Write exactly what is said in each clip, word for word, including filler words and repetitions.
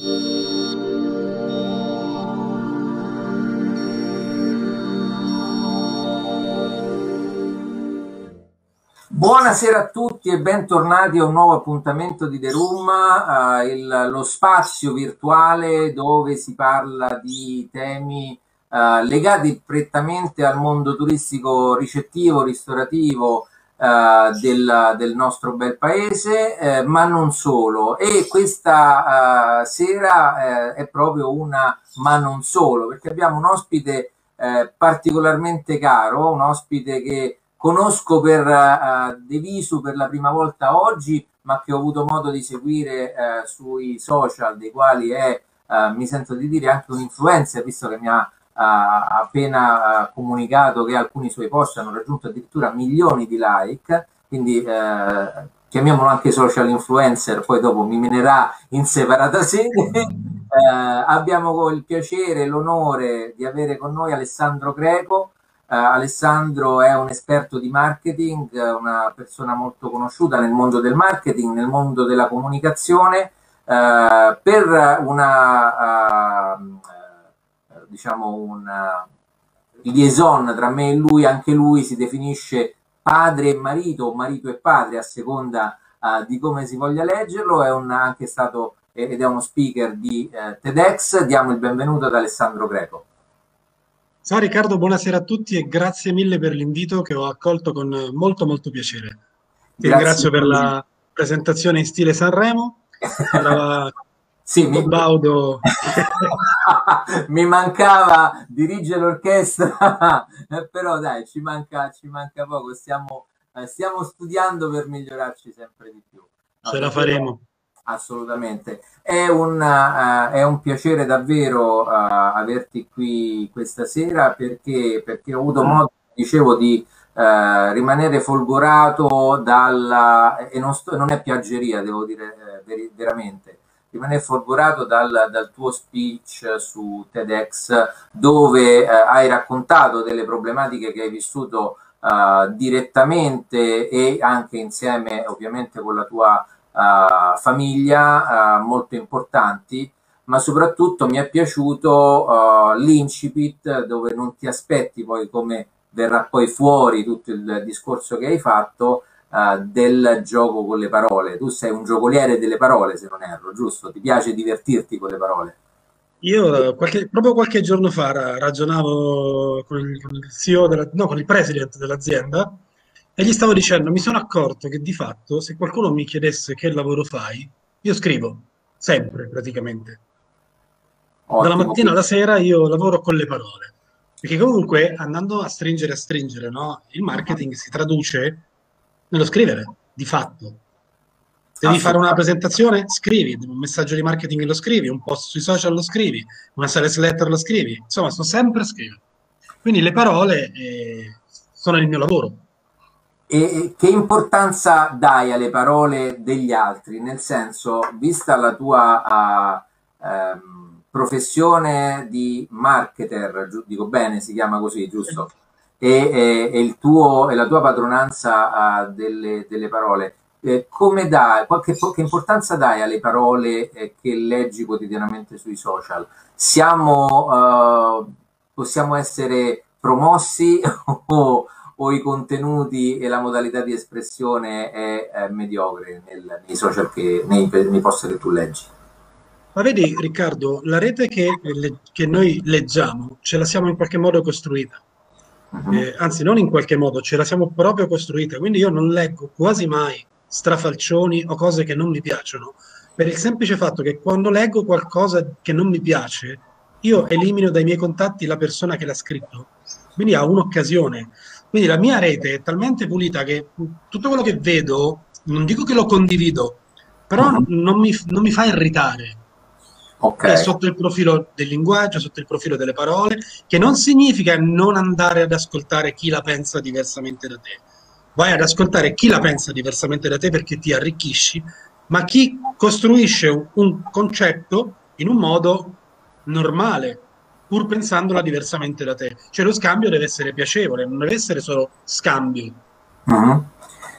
Buonasera a tutti e bentornati a un nuovo appuntamento di The Room, uh, il, lo spazio virtuale dove si parla di temi uh, legati prettamente al mondo turistico ricettivo, ristorativo uh, del, del nostro bel paese, eh, ma non solo. E questa uh, sera eh, è proprio una ma non solo, perché abbiamo un ospite eh, particolarmente caro, un ospite che conosco per uh, De Visu per la prima volta oggi, ma che ho avuto modo di seguire uh, sui social, dei quali è, uh, mi sento di dire, anche un influencer, visto che mi ha uh, appena uh, comunicato che alcuni suoi post hanno raggiunto addirittura milioni di like, quindi uh, chiamiamolo anche social influencer, poi dopo mi menerà in separata sede. uh, abbiamo il piacere e l'onore di avere con noi Alessandro Greco. Uh, Alessandro è un esperto di marketing, una persona molto conosciuta nel mondo del marketing, nel mondo della comunicazione, uh, per una, uh, diciamo, una liaison tra me e lui. Anche lui si definisce padre e marito, o marito e padre, a seconda uh, di come si voglia leggerlo. È un, anche stato ed è uno speaker di uh, TEDx. Diamo il benvenuto ad Alessandro Greco. Ciao Riccardo, buonasera a tutti e grazie mille per l'invito che ho accolto con molto molto piacere. Ti Grazie ringrazio per mille. la presentazione in stile Sanremo. Sembrava sì, mi... Baudo. mi mancava dirigere l'orchestra, però dai, ci manca, ci manca poco, stiamo, eh, stiamo studiando per migliorarci sempre di più. No, ce la faremo. Assolutamente. È un, uh, è un piacere davvero uh, averti qui questa sera, perché, perché ho avuto modo, dicevo, di uh, rimanere folgorato dal, e non, sto, non è piaggeria, devo dire eh, ver veramente, rimanere folgorato dal, dal tuo speech su TEDx, dove uh, hai raccontato delle problematiche che hai vissuto uh, direttamente e anche insieme, ovviamente, con la tua Uh, famiglia, uh, molto importanti, ma soprattutto mi è piaciuto uh, l'incipit, dove non ti aspetti poi come verrà poi fuori tutto il discorso che hai fatto, uh, del gioco con le parole. Tu sei un giocoliere delle parole, se non erro, giusto? Ti piace divertirti con le parole? Io qualche, proprio qualche giorno fa ragionavo con il, con il C E O della, no, con il president dell'azienda. E gli stavo dicendo, mi sono accorto che di fatto se qualcuno mi chiedesse che lavoro fai, io scrivo, sempre praticamente. Ottimo. Dalla mattina alla sera io lavoro con le parole, perché comunque andando a stringere a stringere, no? Il marketing si traduce nello scrivere, di fatto. Devi fare una presentazione? Scrivi, un messaggio di marketing lo scrivi, un post sui social lo scrivi, una sales letter lo scrivi, insomma sto sempre a scrivere. Quindi le parole eh, sono il mio lavoro. E che importanza dai alle parole degli altri? Nel senso, vista la tua uh, um, professione di marketer, dico bene, si chiama così, giusto? E, e, e, il tuo, e la tua padronanza uh, delle, delle parole, eh, come dai, qualche, che importanza dai alle parole eh, che leggi quotidianamente sui social? Siamo, uh, possiamo essere promossi o o i contenuti e la modalità di espressione è, è mediocre nel, nei social, che, nei, nei post che tu leggi? Ma vedi Riccardo, la rete che, le, che noi leggiamo ce la siamo in qualche modo costruita, uh-huh. eh, anzi non in qualche modo, ce la siamo proprio costruita, quindi io non leggo quasi mai strafalcioni o cose che non mi piacciono, per il semplice fatto che quando leggo qualcosa che non mi piace, io elimino dai miei contatti la persona che l'ha scritto, quindi ha un'occasione. Quindi la mia rete è talmente pulita che tutto quello che vedo, non dico che lo condivido, però non mi, non mi fa irritare. Okay. È sotto il profilo del linguaggio, sotto il profilo delle parole, che non significa non andare ad ascoltare chi la pensa diversamente da te. Vai ad ascoltare chi la pensa diversamente da te perché ti arricchisci, ma chi costruisce un concetto in un modo normale, pur pensandola diversamente da te. Cioè lo scambio deve essere piacevole, non deve essere solo scambio. Uh-huh.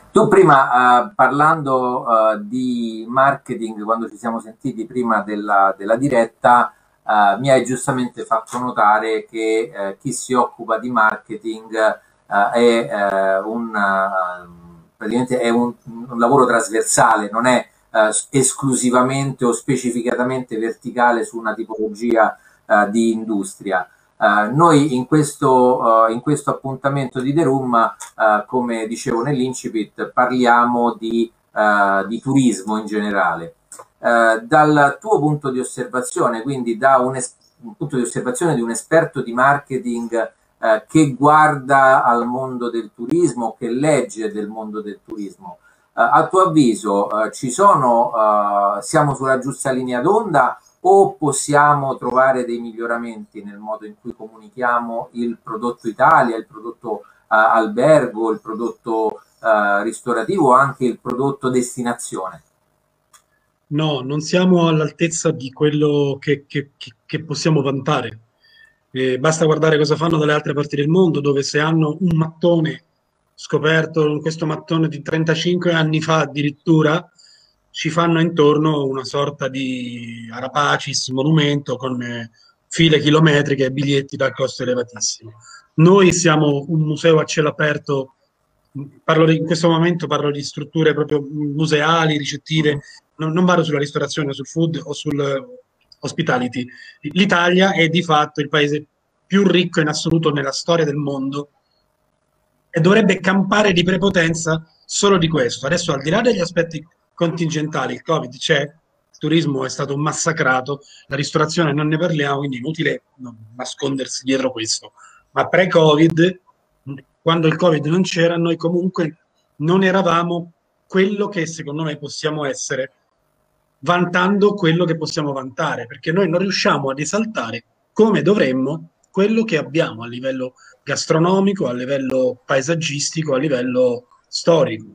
Tu prima, eh, parlando eh, di marketing, quando ci siamo sentiti prima della, della diretta, eh, mi hai giustamente fatto notare che eh, chi si occupa di marketing eh, è, eh, un, eh, praticamente è un, un lavoro trasversale, non è eh, esclusivamente o specificatamente verticale su una tipologia eh, di industria. Uh, noi in questo, uh, in questo appuntamento di The Room, uh, come dicevo nell'incipit, parliamo di, uh, di turismo in generale. Uh, dal tuo punto di osservazione, quindi da un, un punto di osservazione di un esperto di marketing uh, che guarda al mondo del turismo, che legge del mondo del turismo, uh, a tuo avviso uh, ci sono, uh, siamo sulla giusta linea d'onda o possiamo trovare dei miglioramenti nel modo in cui comunichiamo il prodotto Italia, il prodotto uh, albergo, il prodotto uh, ristorativo, anche il prodotto destinazione? No, non siamo all'altezza di quello che, che- che- che possiamo vantare. Eh, basta guardare cosa fanno dalle altre parti del mondo, dove se hanno un mattone scoperto, questo mattone di trentacinque anni fa addirittura, ci fanno intorno una sorta di Arapacis monumento con eh, file chilometriche e biglietti dal costo elevatissimo. Noi siamo un museo a cielo aperto, parlo di- in questo momento parlo di strutture proprio museali, ricettive, non, non vado sulla ristorazione, sul food o sul hospitality. L'Italia è di fatto il paese più ricco in assoluto nella storia del mondo e dovrebbe campare di prepotenza solo di questo. Adesso, al di là degli aspetti contingentali, il Covid c'è, il turismo è stato massacrato, la ristorazione non ne parliamo, quindi è inutile non nascondersi dietro questo. Ma pre-Covid, quando il Covid non c'era, noi comunque non eravamo quello che secondo me possiamo essere, vantando quello che possiamo vantare, perché noi non riusciamo ad esaltare come dovremmo quello che abbiamo a livello gastronomico, a livello paesaggistico, a livello storico.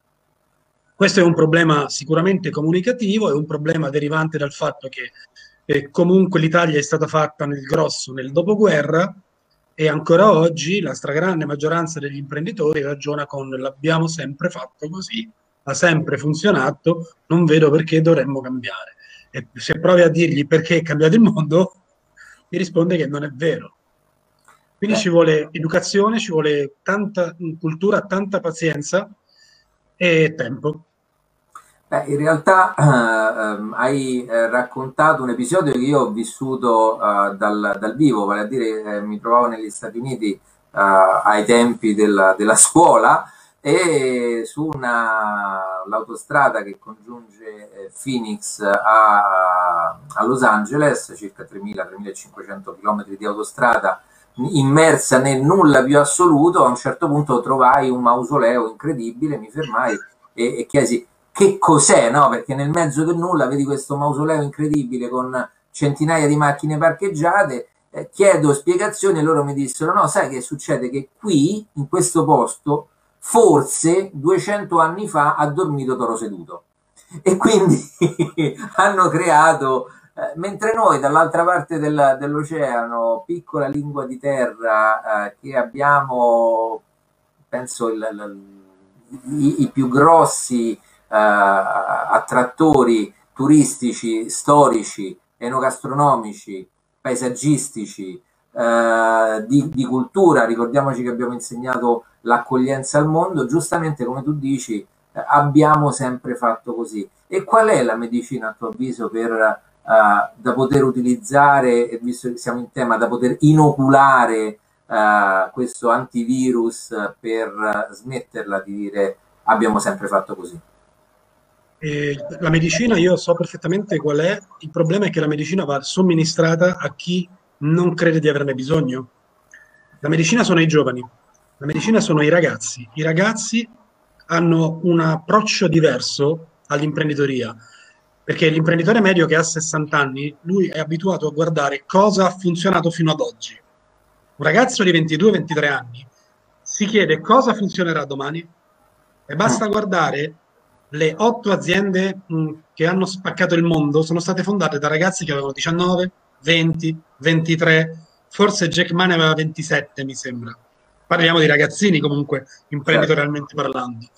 Questo è un problema sicuramente comunicativo, è un problema derivante dal fatto che eh, comunque l'Italia è stata fatta nel grosso nel dopoguerra e ancora oggi la stragrande maggioranza degli imprenditori ragiona con l'abbiamo sempre fatto così, ha sempre funzionato, non vedo perché dovremmo cambiare. E se provi a dirgli perché è cambiato il mondo, mi risponde che non è vero. Quindi Beh, ci vuole educazione, ci vuole tanta cultura, tanta pazienza e tempo. Beh, in realtà eh, ehm, hai eh, raccontato un episodio che io ho vissuto eh, dal, dal vivo, vale a dire eh, mi trovavo negli Stati Uniti eh, ai tempi della, della scuola e su una, l'autostrada che congiunge eh, Phoenix a, a Los Angeles, circa tremila-tremilacinquecento km di autostrada immersa nel nulla più assoluto, a un certo punto trovai un mausoleo incredibile, mi fermai e, e chiesi che cos'è, no? Perché nel mezzo del nulla vedi questo mausoleo incredibile con centinaia di macchine parcheggiate, eh, chiedo spiegazioni e loro mi dissero no, sai che succede? Che qui, in questo posto, forse duecento anni fa ha dormito Toro Seduto. E quindi hanno creato, eh, mentre noi dall'altra parte del, dell'oceano, piccola lingua di terra, eh, che abbiamo, penso, il, il, i, i più grossi Uh, attrattori turistici, storici, enogastronomici, paesaggistici, uh, di, di cultura. Ricordiamoci che abbiamo insegnato l'accoglienza al mondo, giustamente come tu dici, uh, abbiamo sempre fatto così. E qual è la medicina a tuo avviso per, uh, da poter utilizzare, e visto che siamo in tema, da poter inoculare uh, questo antivirus per smetterla di dire abbiamo sempre fatto così? E la medicina io so perfettamente qual è, il problema è che la medicina va somministrata a chi non crede di averne bisogno. La medicina sono i giovani, la medicina sono i ragazzi. I ragazzi hanno un approccio diverso all'imprenditoria, perché l'imprenditore medio che ha sessanta anni, lui è abituato a guardare cosa ha funzionato fino ad oggi. Un ragazzo di ventidue ventitré anni si chiede cosa funzionerà domani e basta guardare le otto aziende mh, che hanno spaccato il mondo sono state fondate da ragazzi che avevano diciannove, venti, ventitré, forse Jack Ma ne aveva ventisette, mi sembra. Parliamo di ragazzini comunque, Certo. imprenditorialmente parlando.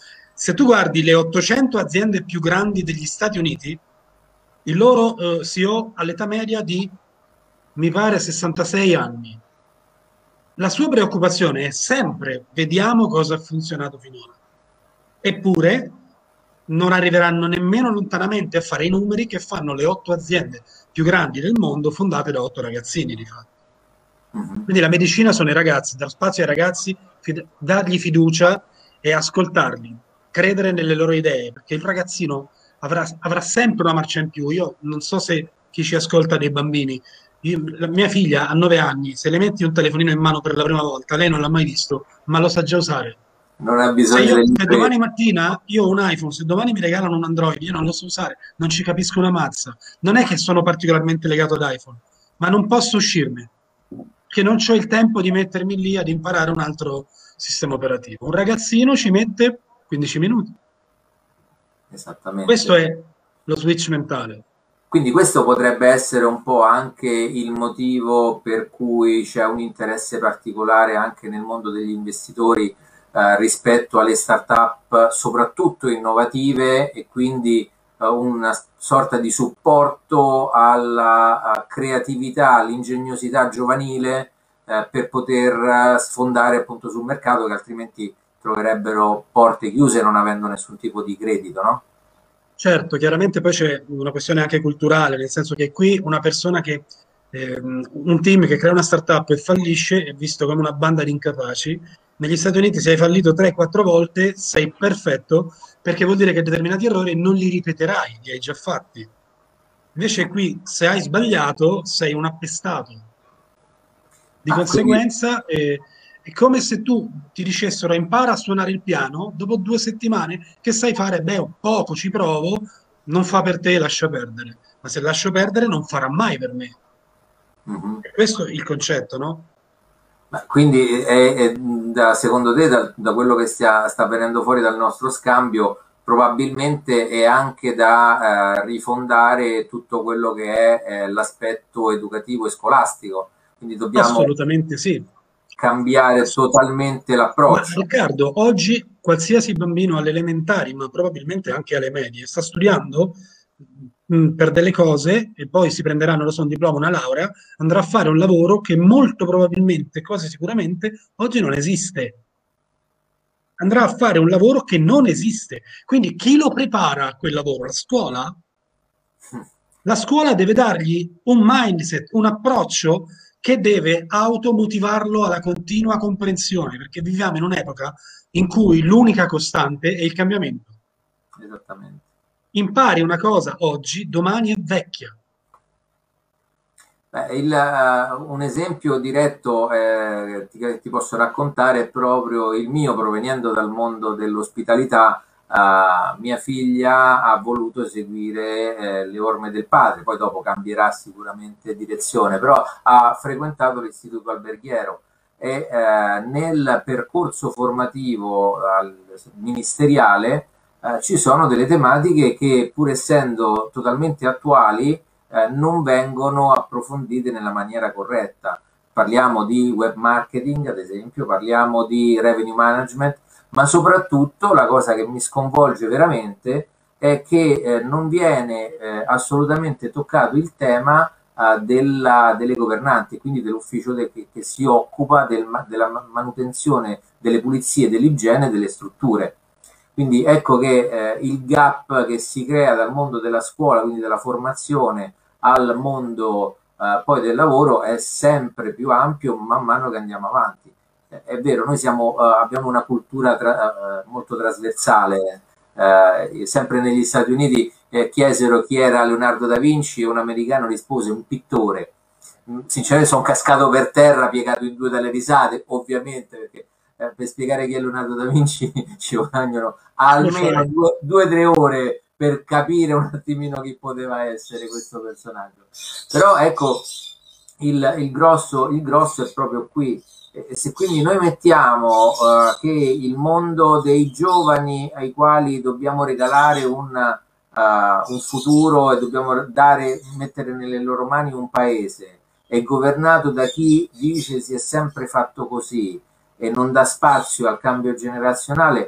se tu guardi le ottocento aziende più grandi degli Stati Uniti, il loro eh, C E O ha l'età media di, mi pare, sessantasei anni. La sua preoccupazione è sempre: vediamo cosa ha funzionato finora. Eppure non arriveranno nemmeno lontanamente a fare i numeri che fanno le otto aziende più grandi del mondo, fondate da otto ragazzini di fatto. Mhm. Quindi la medicina sono i ragazzi, dar spazio ai ragazzi, fid- dargli fiducia e ascoltarli, credere nelle loro idee, perché il ragazzino avrà, avrà sempre una marcia in più. Io non so se chi ci ascolta dei bambini. Io- la mia figlia ha nove anni, se le metti un telefonino in mano per la prima volta, lei non l'ha mai visto, ma lo sa già usare. Non ha Se, bisogno io, degli se domani libretti. mattina io ho un iPhone, se domani mi regalano un Android, io non lo so usare, non ci capisco una mazza. Non è che sono particolarmente legato ad iPhone, ma non posso uscirne, che non ho il tempo di mettermi lì ad imparare un altro sistema operativo. Un ragazzino ci mette quindici minuti. Esattamente. Questo è lo switch mentale. Quindi questo potrebbe essere un po' anche il motivo per cui c'è un interesse particolare anche nel mondo degli investitori eh, rispetto alle start-up soprattutto innovative, e quindi eh, una sorta di supporto alla a creatività, all'ingegnosità giovanile eh, per poter eh, sfondare appunto sul mercato, che altrimenti troverebbero porte chiuse non avendo nessun tipo di credito, no? Certo, chiaramente poi c'è una questione anche culturale, nel senso che qui una persona che, ehm, un team che crea una startup e fallisce è visto come una banda di incapaci. Negli Stati Uniti se hai fallito tre quattro volte sei perfetto, perché vuol dire che determinati errori non li ripeterai, li hai già fatti. Invece qui se hai sbagliato sei un appestato. Di Ah, quindi conseguenza, eh, è come se tu ti dicessero impara a suonare il piano, dopo due settimane che sai fare, beh, poco ci provo, non fa per te, lascia perdere. Ma se lascio perdere non farà mai per me. mhm. E questo è il concetto, no? Ma quindi è, è, da, secondo te, da, da quello che stia, sta venendo fuori dal nostro scambio, probabilmente è anche da eh, rifondare tutto quello che è eh, l'aspetto educativo e scolastico. Quindi dobbiamo Assolutamente sì. cambiare Ass- totalmente Ma l'approccio. Riccardo, oggi qualsiasi bambino alle elementari, ma probabilmente anche alle medie, sta studiando mh, per delle cose e poi si prenderà, non lo so, un diploma, una laurea, andrà a fare un lavoro che molto probabilmente, quasi sicuramente, oggi non esiste. Andrà a fare un lavoro che non esiste. Quindi chi lo prepara a quel lavoro? La scuola? La scuola deve dargli un mindset, un approccio che deve automotivarlo alla continua comprensione, perché viviamo in un'epoca in cui l'unica costante è il cambiamento. Esattamente. Impari una cosa oggi, domani è vecchia. Beh, il, eh, un esempio diretto eh, ti- che ti posso raccontare è proprio il mio, provenendo dal mondo dell'ospitalità. Eh, mia figlia ha voluto seguire eh, le orme del padre, poi dopo cambierà sicuramente direzione, però ha frequentato l'istituto alberghiero e eh, nel percorso formativo al- ministeriale eh, ci sono delle tematiche che, pur essendo totalmente attuali, eh, non vengono approfondite nella maniera corretta. Parliamo di web marketing, ad esempio, parliamo di revenue management, ma soprattutto la cosa che mi sconvolge veramente è che eh, non viene eh, assolutamente toccato il tema eh, della, delle governanti, quindi dell'ufficio de, che, che, si occupa del, della manutenzione delle pulizie, dell'igiene delle strutture. Quindi ecco che eh, il gap che si crea dal mondo della scuola, quindi della formazione, al mondo eh, poi del lavoro è sempre più ampio man mano che andiamo avanti. Eh, è vero, noi siamo, eh, abbiamo una cultura tra, eh, molto trasversale. Eh, sempre negli Stati Uniti eh, chiesero chi era Leonardo da Vinci e un americano rispose un pittore. Sinceramente sono cascato per terra, piegato in due dalle risate, ovviamente, perché eh, per spiegare chi è Leonardo da Vinci ci vogliono Lo almeno fai. due o tre ore per capire un attimino chi poteva essere questo personaggio. Però ecco, il, il, grosso, il grosso è proprio qui. E se quindi noi mettiamo uh, che il mondo dei giovani ai quali dobbiamo regalare un, uh, un futuro e dobbiamo dare, mettere nelle loro mani un paese, è governato da chi dice si è sempre fatto così e non dà spazio al cambio generazionale,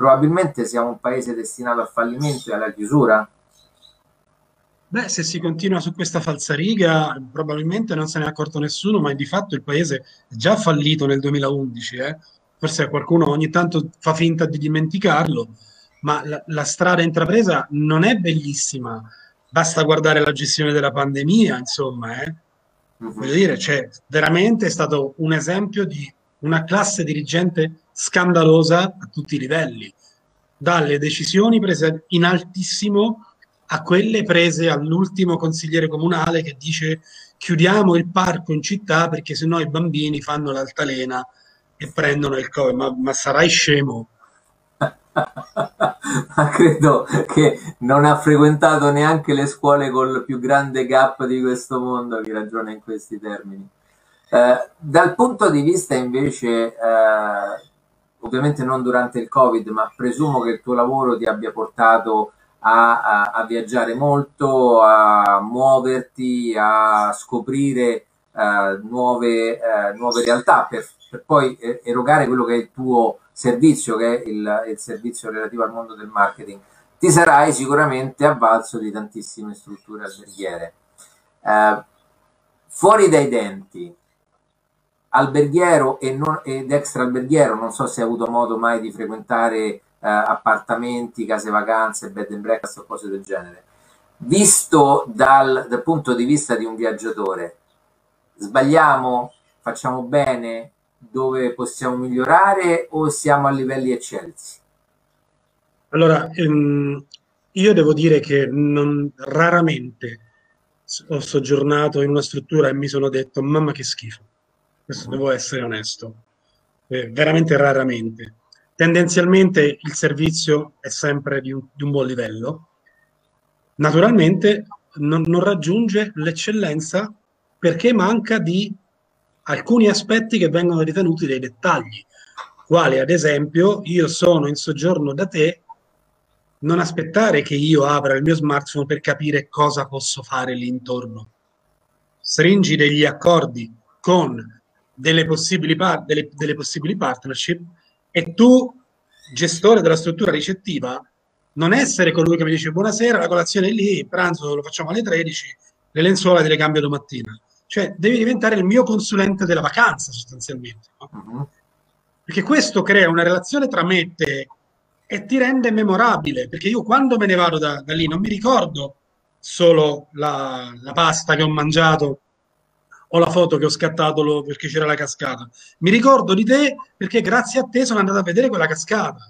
probabilmente siamo un paese destinato al fallimento e alla chiusura? Beh, se si continua su questa falsariga, probabilmente non se ne è accorto nessuno, ma di fatto il paese è già fallito nel duemilaundici, eh. Forse qualcuno ogni tanto fa finta di dimenticarlo, ma la, la strada intrapresa non è bellissima. Basta guardare la gestione della pandemia, insomma, eh. Mhm. Voglio dire, cioè, veramente è stato un esempio di una classe dirigente scandalosa a tutti i livelli, dalle decisioni prese in altissimo a quelle prese all'ultimo consigliere comunale che dice chiudiamo il parco in città perché sennò i bambini fanno l'altalena e prendono il Covid. Ma, ma sarai scemo? Ma credo che non ha frequentato neanche le scuole col più grande gap di questo mondo chi ragiona in questi termini. Eh, dal punto di vista invece, eh, ovviamente non durante il Covid, ma presumo che il tuo lavoro ti abbia portato a, a, a viaggiare molto, a muoverti, a scoprire eh, nuove, eh, nuove realtà per, per poi eh, erogare quello che è il tuo servizio, che è il, il servizio relativo al mondo del marketing. Ti sarai sicuramente avvalso di tantissime strutture alberghiere. Eh, fuori dai denti, alberghiero e non, ed extra alberghiero, non so se hai avuto modo mai di frequentare eh, appartamenti, case vacanze, bed and breakfast o cose del genere. Visto dal, dal punto di vista di un viaggiatore, sbagliamo, facciamo bene, dove possiamo migliorare o siamo a livelli eccelsi? Allora, ehm, io devo dire che non, raramente s- ho soggiornato in una struttura e mi sono detto, mamma che schifo. Questo Mhm. devo essere onesto. Eh, veramente raramente. Tendenzialmente il servizio è sempre di un, di un buon livello. Naturalmente non, non raggiunge l'eccellenza perché manca di alcuni aspetti che vengono ritenuti dei dettagli, quali ad esempio io sono in soggiorno da te, non aspettare che io apra il mio smartphone per capire cosa posso fare lì intorno. Stringi degli accordi con delle possibili, par- delle, delle possibili partnership e tu, gestore della struttura ricettiva, non essere colui che mi dice buonasera, la colazione è lì, il pranzo lo facciamo alle tredici, le lenzuola te le cambio domattina. Cioè, devi diventare il mio consulente della vacanza, sostanzialmente. No? Mhm. Perché questo crea una relazione tra me e te e ti rende memorabile, perché io quando me ne vado da, da lì non mi ricordo solo la, la pasta che ho mangiato o la foto che ho scattato lo- perché c'era la cascata. Mi ricordo di te perché grazie a te sono andato a vedere quella cascata.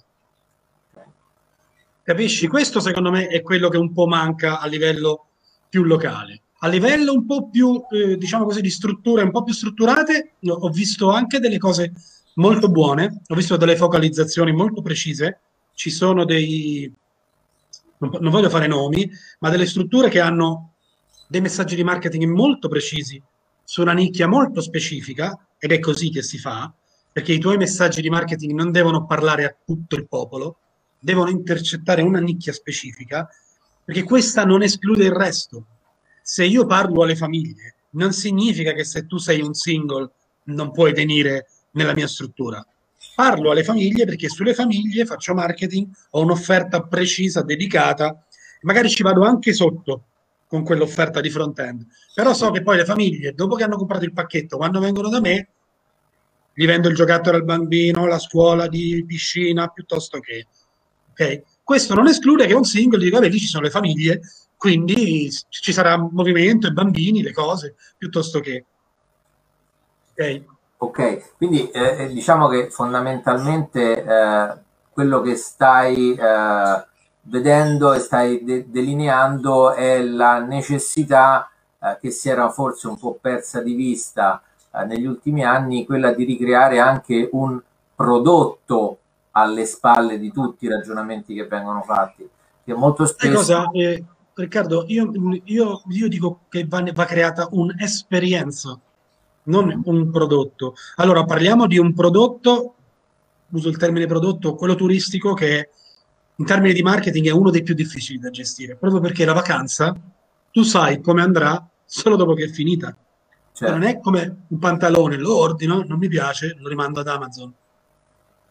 Capisci? Questo secondo me è quello che un po' manca a livello più locale. A livello un po' più, eh, diciamo così, di strutture un po' più strutturate, no, ho visto anche delle cose molto buone, ho visto delle focalizzazioni molto precise. Ci sono dei, non, non voglio fare nomi, ma delle strutture che hanno dei messaggi di marketing molto precisi su una nicchia molto specifica, ed è così che si fa, perché i tuoi messaggi di marketing non devono parlare a tutto il popolo, devono intercettare una nicchia specifica, perché questa non esclude il resto. Se io parlo alle famiglie, non significa che se tu sei un single non puoi venire nella mia struttura. Parlo alle famiglie perché sulle famiglie faccio marketing, ho un'offerta precisa, dedicata, magari ci vado anche sotto con quell'offerta di front-end, però so che poi le famiglie, dopo che hanno comprato il pacchetto, quando vengono da me, gli vendo il giocattolo al bambino, la scuola di piscina, piuttosto che... Okay? Questo non esclude che un single dica, vabbè, lì ci sono le famiglie, quindi ci sarà movimento, i bambini, le cose, piuttosto che... Okay? Ok, quindi eh, eh, diciamo che fondamentalmente eh, quello che stai eh, vedendo e stai de- delineando è la necessità eh, che si era forse un po' persa di vista eh, negli ultimi anni, quella di ricreare anche un prodotto alle spalle di tutti i ragionamenti che vengono fatti, che molto Sai cosa, spesso... eh, Riccardo? Io, io- io dico che va, va creata un'esperienza, non Mhm. un prodotto. Allora, parliamo di un prodotto, uso il termine prodotto, quello turistico, che in termini di marketing è uno dei più difficili da gestire, proprio perché la vacanza tu sai come andrà solo dopo che è finita. Cioè, non Certo. è come un pantalone, lo ordino, non mi piace, lo rimando ad Amazon.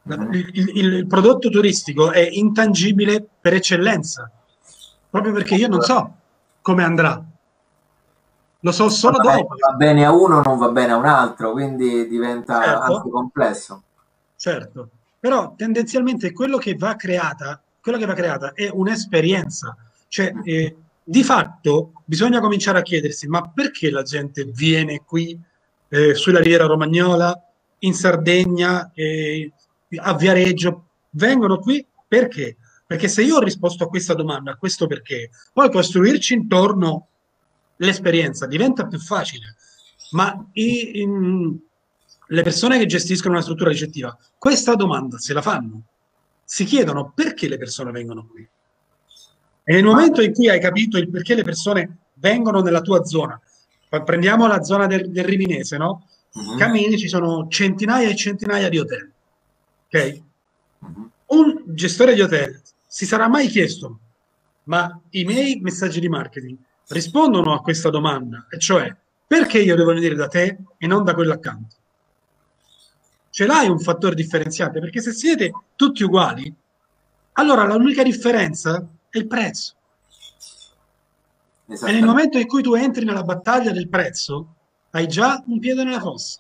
Mhm. Il, il- il prodotto turistico è intangibile per eccellenza, proprio perché io non so come andrà, lo so solo Assolutamente, dopo. va bene a uno, non va bene a un altro, quindi diventa anche Certo, complesso. certo, però tendenzialmente quello che va creata, quello che va creata è un'esperienza, cioè Mhm. eh, di fatto bisogna cominciare a chiedersi ma perché la gente viene qui eh, sulla Riviera Romagnola, in Sardegna, eh, a Viareggio, vengono qui perché? Perché se io ho risposto a questa domanda, a questo perché, poi costruirci intorno l'esperienza diventa più facile, ma i- in- le persone che gestiscono una struttura ricettiva questa domanda se la fanno, si chiedono perché le persone vengono qui. E nel Ma momento in cui hai capito il perché le persone vengono nella tua zona, prendiamo la zona del, del Riminese, no? mhm, Cammini, ci sono centinaia e centinaia di hotel, ok? mhm. Un gestore di hotel si sarà mai chiesto, ma i miei messaggi di marketing rispondono a questa domanda, e cioè perché io devo venire da te e non da quello accanto? Ce l'hai un fattore differenziante, perché se siete tutti uguali, allora l'unica differenza è il prezzo. E nel Esattamente. momento in cui tu entri nella battaglia del prezzo, hai già un piede nella fossa.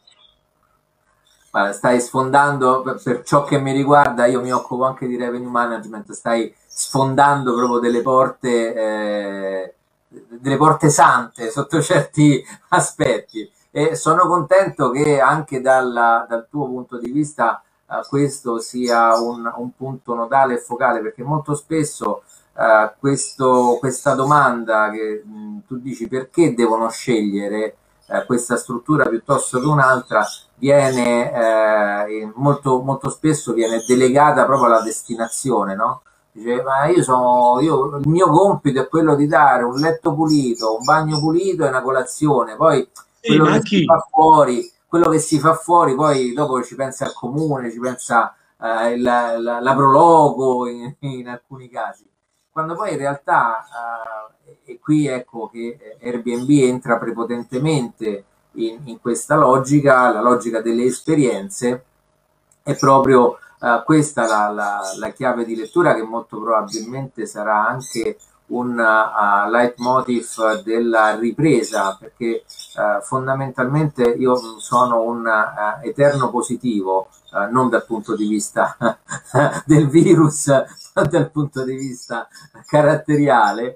Guarda, stai sfondando, per, per ciò che mi riguarda, io mi occupo anche di revenue management, stai sfondando proprio delle porte, eh, delle porte sante sotto certi aspetti. E sono contento che anche dalla, dal tuo punto di vista eh, questo sia un, un punto nodale e focale, perché molto spesso eh, questo, questa domanda che mh, tu dici perché devono scegliere eh, questa struttura piuttosto che un'altra, viene eh, molto, molto spesso viene delegata proprio alla destinazione, no? Dice, ma io sono, io, il mio compito è quello di dare un letto pulito, un bagno pulito e una colazione, poi Sì, quello ma che si chi? fa fuori, quello che si fa fuori, poi dopo ci pensa il comune, ci pensa eh, il, la, la Prologo in, in alcuni casi. Quando poi in realtà, eh, e qui ecco che Airbnb entra prepotentemente in, in questa logica, la logica delle esperienze, è proprio uh, questa la, la, la chiave di lettura che molto probabilmente sarà anche un uh, leitmotiv della ripresa, perché uh, fondamentalmente io sono un uh, eterno positivo, uh, non dal punto di vista del virus, ma dal punto di vista caratteriale.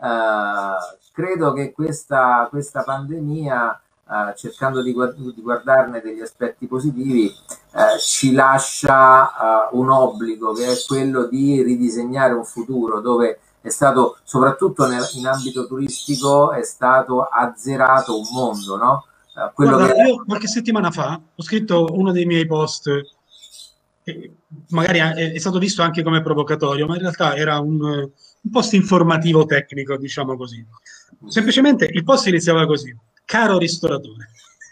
Uh, credo che questa, questa pandemia, uh, cercando di, di guardarne degli aspetti positivi, eh, ci lascia uh, un obbligo che è quello di ridisegnare un futuro dove è stato, soprattutto nel, in ambito turistico, è stato azzerato un mondo, no? Uh, quello che Guarda, era... io qualche settimana fa ho scritto uno dei miei post, che magari è, è stato visto anche come provocatorio, ma in realtà era un, un post informativo tecnico, diciamo così. Semplicemente il post iniziava così: caro ristoratore.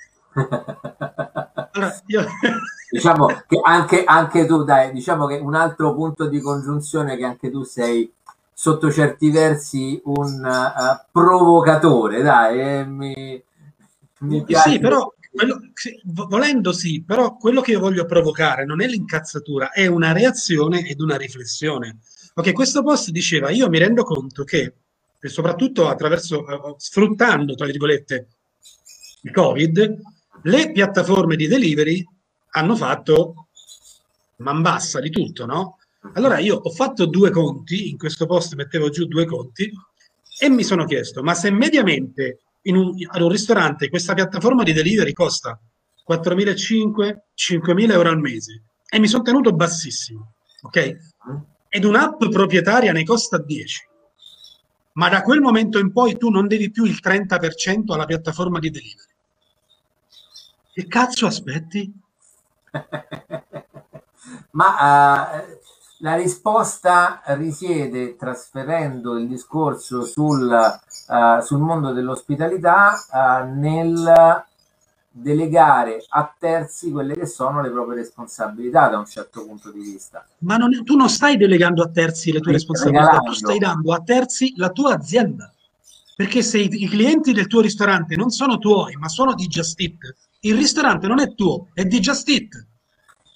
Allora, io... Diciamo che anche, anche tu, dai, diciamo che un altro punto di congiunzione è che anche tu sei sotto certi versi un uh, provocatore, dai, e mi, mi Sì, piace. però quello, sì, vo- volendo sì, però quello che io voglio provocare non è l'incazzatura, è una reazione ed una riflessione. Ok, questo post diceva, io mi rendo conto che, e soprattutto attraverso, eh, sfruttando, tra virgolette, il Covid, le piattaforme di delivery hanno fatto man bassa di tutto, no? Allora io ho fatto due conti, in questo post mettevo giù due conti, e mi sono chiesto, ma se mediamente in un, ad un ristorante questa piattaforma di delivery costa quattromilacinquecento cinquemila euro al mese e mi sono tenuto bassissimo, ok? Ed un'app proprietaria ne costa dieci, ma da quel momento in poi tu non devi più il trenta per cento alla piattaforma di delivery. Che cazzo aspetti? Ma eh, la risposta risiede, trasferendo il discorso sul, eh, sul mondo dell'ospitalità, eh, nel delegare a terzi quelle che sono le proprie responsabilità da un certo punto di vista. Ma non, tu non stai delegando a terzi le tue responsabilità, tu stai Regalando. dando a terzi la tua azienda. Perché se i, i clienti del tuo ristorante non sono tuoi, ma sono di Just Eat, il ristorante non è tuo, è di Just Eat.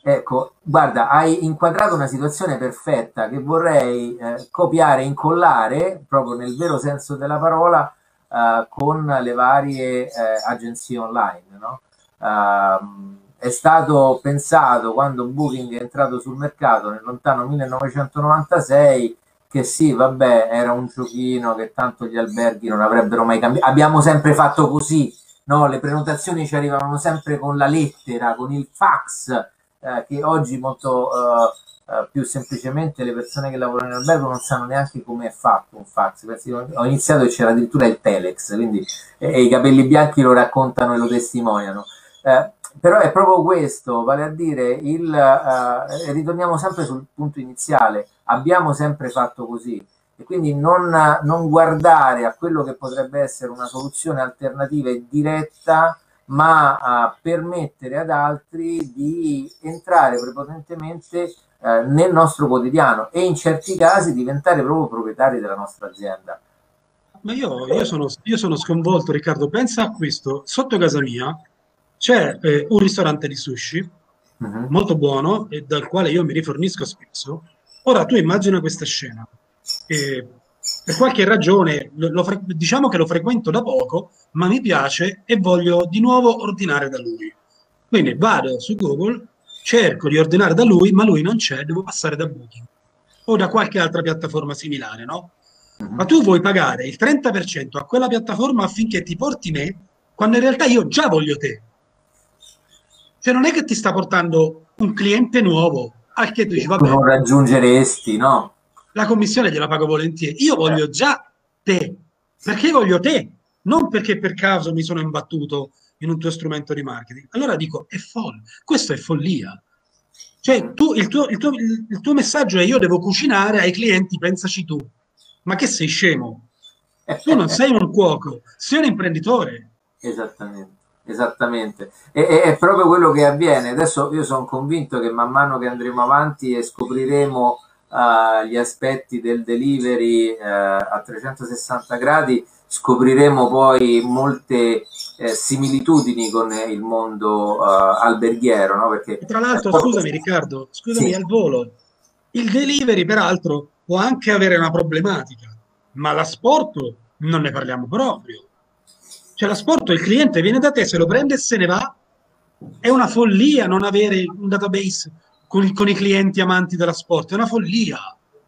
Ecco, guarda, hai inquadrato una situazione perfetta che vorrei eh, copiare e incollare, proprio nel vero senso della parola, eh, con le varie eh, agenzie online, no? Uh, è stato pensato quando Booking è entrato sul mercato nel lontano millenovecentonovantasei che sì, vabbè, era un giochino che tanto gli alberghi non avrebbero mai cambiato. Abbiamo sempre fatto così, no? Le prenotazioni ci arrivavano sempre con la lettera, con il fax, eh, che oggi molto eh, eh, più semplicemente le persone che lavorano in albergo non sanno neanche come è fatto un fax. Pensi, ho iniziato e c'era addirittura il telex, quindi e i capelli bianchi lo raccontano e lo testimoniano. Eh, però è proprio questo, vale a dire, il, eh, ritorniamo sempre sul punto iniziale, abbiamo sempre fatto così e quindi non, non guardare a quello che potrebbe essere una soluzione alternativa e diretta, ma eh, permettere ad altri di entrare prepotentemente eh, nel nostro quotidiano e in certi casi diventare proprio proprietari della nostra azienda. Ma io, io sono, io sono sconvolto, Riccardo. Pensa a questo: sotto casa mia c'è eh, un ristorante di sushi Uh-huh. molto buono e dal quale io mi rifornisco spesso. Ora tu immagina questa scena. E per qualche ragione, lo- lo fre- diciamo che lo frequento da poco, ma mi piace e voglio di nuovo ordinare da lui. Quindi vado su Google, cerco di ordinare da lui, ma lui non c'è, devo passare da Booking o da qualche altra piattaforma similare, no? Ma Uh-huh. tu vuoi pagare il trenta per cento a quella piattaforma affinché ti porti me, quando in realtà io già voglio te. Cioè non è che ti sta portando un cliente nuovo, al che tu dici, Tu vabbè, non raggiungeresti, no? la commissione gliela pago volentieri. Io voglio già te, perché voglio te, non perché per caso mi sono imbattuto in un tuo strumento di marketing. Allora dico, è folle, questo è follia. Cioè, tu, il, tuo, il, tuo, il tuo messaggio è io devo cucinare ai clienti, pensaci tu. Ma che sei scemo? Tu non sei un cuoco, sei un imprenditore. Esattamente, esattamente. E, e- è proprio quello che avviene. Adesso io sono convinto che man mano che andremo avanti e scopriremo eh, gli aspetti del delivery eh, a trecentosessanta gradi, scopriremo poi molte eh, similitudini con il mondo eh, alberghiero, no? Perché E tra è l'altro, proprio... scusami Riccardo, scusami Sì, al volo, il delivery peraltro può anche avere una problematica, ma l'asporto non ne parliamo proprio. Cioè l'asporto, il cliente viene da te, se lo prende e se ne va, è una follia non avere un database con, i- con i clienti amanti dell'asporto, è una follia,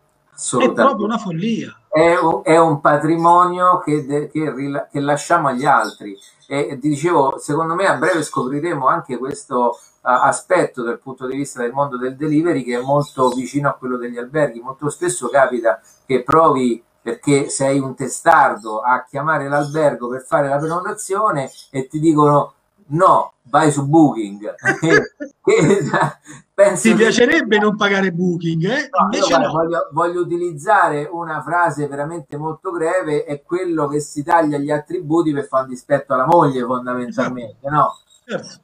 è proprio assolutamente. una follia. È un, è un patrimonio che, de- che rila- che lasciamo agli altri. E e ti dicevo, secondo me a breve scopriremo anche questo uh, aspetto dal punto di vista del mondo del delivery che è molto vicino a quello degli alberghi. Molto spesso capita che provi perché sei un testardo a chiamare l'albergo per fare la prenotazione e ti dicono no, vai su Booking. che, che, Ti penso che piacerebbe non pagare Booking, eh? no, io Invece guarda, no. voglio, voglio utilizzare una frase veramente molto breve, è quello che si taglia gli attributi per fare un dispetto alla moglie Esatto, fondamentalmente, no? certo,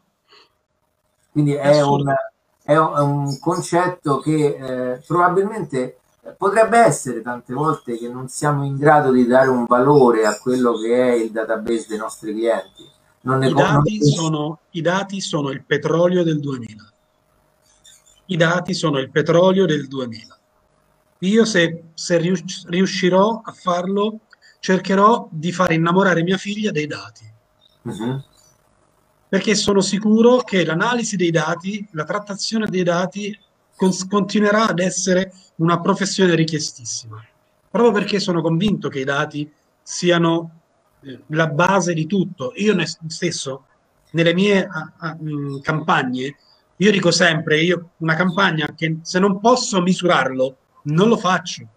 Quindi è è un, assurdo. è un, è un concetto che eh, probabilmente potrebbe essere tante volte che non siamo in grado di dare un valore a quello che è il database dei nostri clienti. Non ne, I co- non dati sono, i dati sono il petrolio del duemila. I dati sono il petrolio del duemila. Io se, se rius- riuscirò a farlo, cercherò di fare innamorare mia figlia dei dati, Mhm. perché sono sicuro che l'analisi dei dati, la trattazione dei dati cons- continuerà ad essere una professione richiestissima, proprio perché sono convinto che i dati siano eh, la base di tutto. Io ne- stesso, nelle mie a- a- mh, campagne, io dico sempre, io una campagna che se non posso misurarlo, non lo faccio.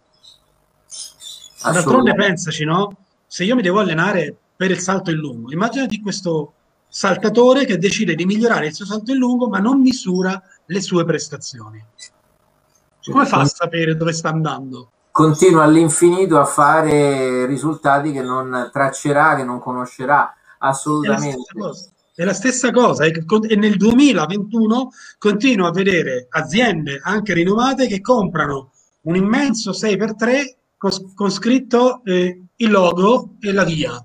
D'altronde Assolutamente. pensaci, no? Se io mi devo allenare per il salto in lungo, immaginati questo saltatore che decide di migliorare il suo salto in lungo, ma non misura le sue prestazioni. Come fa a Con- sapere dove sta andando? Continua all'infinito a fare risultati che non traccerà, che non conoscerà È la stessa assolutamente. cosa. È la stessa cosa. E, con- e nel duemilaventuno continuo a vedere aziende anche rinomate che comprano un immenso sei per tre con, con scritto eh, il logo e la via.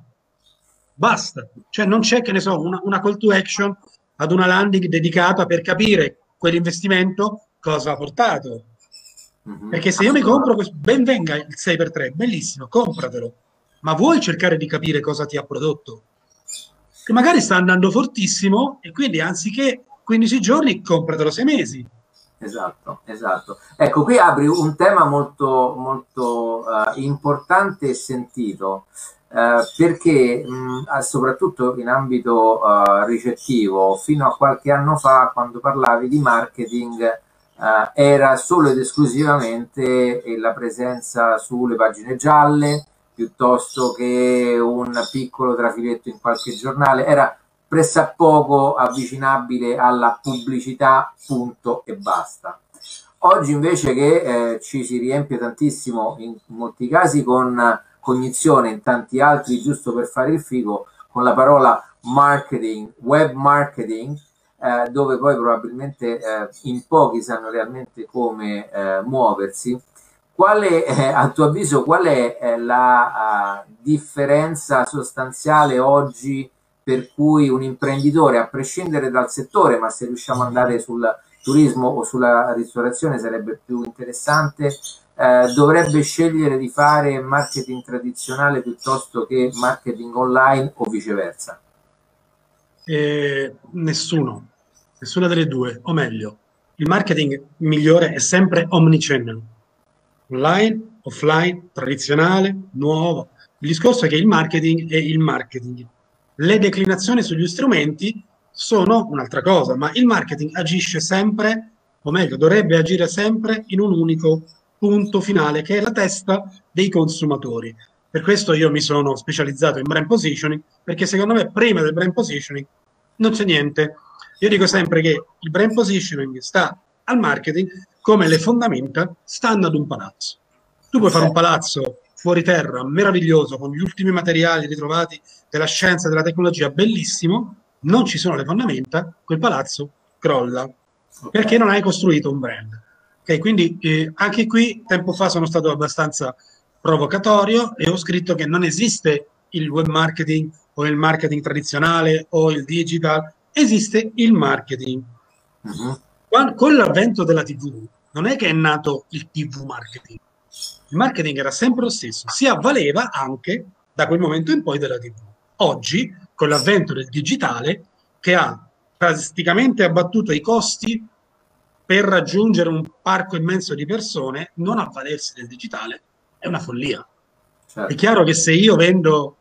Basta. Cioè non c'è, che ne so, una, una call to action ad una landing dedicata per capire quell'investimento cosa ha portato. Mhm. Perché se io mi compro, questo, ben venga il sei per tre, bellissimo, compratelo, ma vuoi cercare di capire cosa ti ha prodotto? Che magari sta andando fortissimo e quindi anziché quindici giorni, compratelo sei mesi. Esatto, esatto. Ecco, qui apri un tema molto, molto eh, importante e sentito, eh, perché mh, ah, soprattutto in ambito eh, ricettivo, fino a qualche anno fa, quando parlavi di marketing, eh, era solo ed esclusivamente eh, la presenza sulle pagine gialle, piuttosto che un piccolo trafiletto in qualche giornale, era pressappoco avvicinabile alla pubblicità, punto e basta. Oggi invece che eh, ci si riempie tantissimo, in molti casi con cognizione, in tanti altri giusto per fare il figo, con la parola marketing, web marketing, eh, dove poi probabilmente eh, in pochi sanno realmente come eh, muoversi. Quale, eh, a tuo avviso, qual è eh, la uh, differenza sostanziale oggi per cui un imprenditore, a prescindere dal settore, ma se riusciamo ad andare sul turismo o sulla ristorazione sarebbe più interessante, eh, dovrebbe scegliere di fare marketing tradizionale piuttosto che marketing online o viceversa? Eh, nessuno, nessuna delle due, o meglio, il marketing migliore è sempre omnichannel, online, offline, tradizionale, nuovo. Il discorso è che il marketing è il marketing. Le declinazioni sugli strumenti sono un'altra cosa, ma il marketing agisce sempre, o meglio, dovrebbe agire sempre in un unico punto finale, che è la testa dei consumatori. Per questo io mi sono specializzato in brand positioning, perché secondo me prima del brand positioning non c'è niente. Io dico sempre che il brand positioning sta al marketing come le fondamenta stanno ad un palazzo. Tu puoi fare un palazzo fuori terra, meraviglioso, con gli ultimi materiali ritrovati della scienza e della tecnologia, bellissimo, non ci sono le fondamenta, quel palazzo crolla, perché non hai costruito un brand. Okay, quindi eh, anche qui, tempo fa, sono stato abbastanza provocatorio e ho scritto che non esiste il web marketing o il marketing tradizionale o il digital, esiste il marketing. Uh-huh. Con l'avvento della tivù non è che è nato il tivù marketing, il marketing era sempre lo stesso, si avvaleva anche da quel momento in poi della tivù. Oggi, con l'avvento del digitale, che ha drasticamente abbattuto i costi per raggiungere un parco immenso di persone, non avvalersi del digitale è una follia. Certo. È chiaro che se io vendo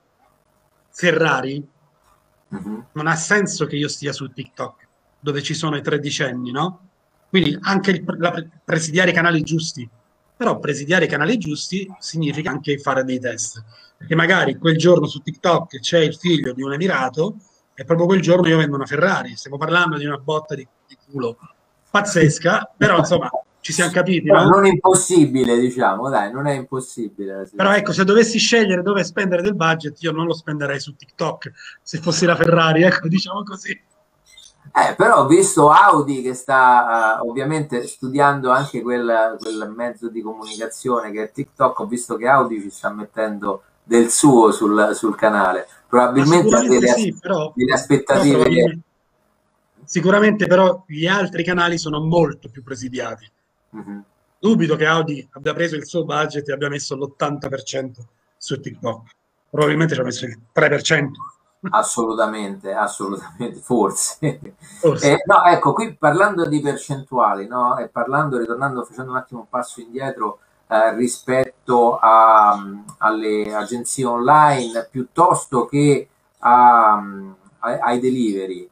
Ferrari, uh-huh, non ha senso che io stia su TikTok, dove ci sono i tredicenni, no? Quindi anche il, la, presidiare i canali giusti. Però presidiare i canali giusti significa anche fare dei test. Perché magari quel giorno su TikTok c'è il figlio di un emirato e proprio quel giorno io vendo una Ferrari. Stiamo parlando di una botta di, di culo pazzesca, però insomma ci siamo capiti, no? Non impossibile, diciamo, dai, non è impossibile. Però ecco, se dovessi scegliere dove spendere del budget, io non lo spenderei su TikTok, se fossi la Ferrari, ecco, diciamo così. Eh, però ho visto Audi che sta uh, ovviamente studiando anche quel, quel mezzo di comunicazione che è TikTok. Ho visto che Audi ci sta mettendo del suo sul, sul canale. Probabilmente ha delle, sì, però, delle aspettative. Però probabilmente, sicuramente però gli altri canali sono molto più presidiati. Uh-huh. Dubito che Audi abbia preso il suo budget e abbia messo l'ottanta per cento su TikTok. Probabilmente ci ha messo il tre per cento. Assolutamente, assolutamente, forse. forse. Eh, no, ecco, qui parlando di percentuali, no? E parlando, ritornando, facendo un attimo un passo indietro eh, rispetto a, alle agenzie online piuttosto che a, a, ai delivery,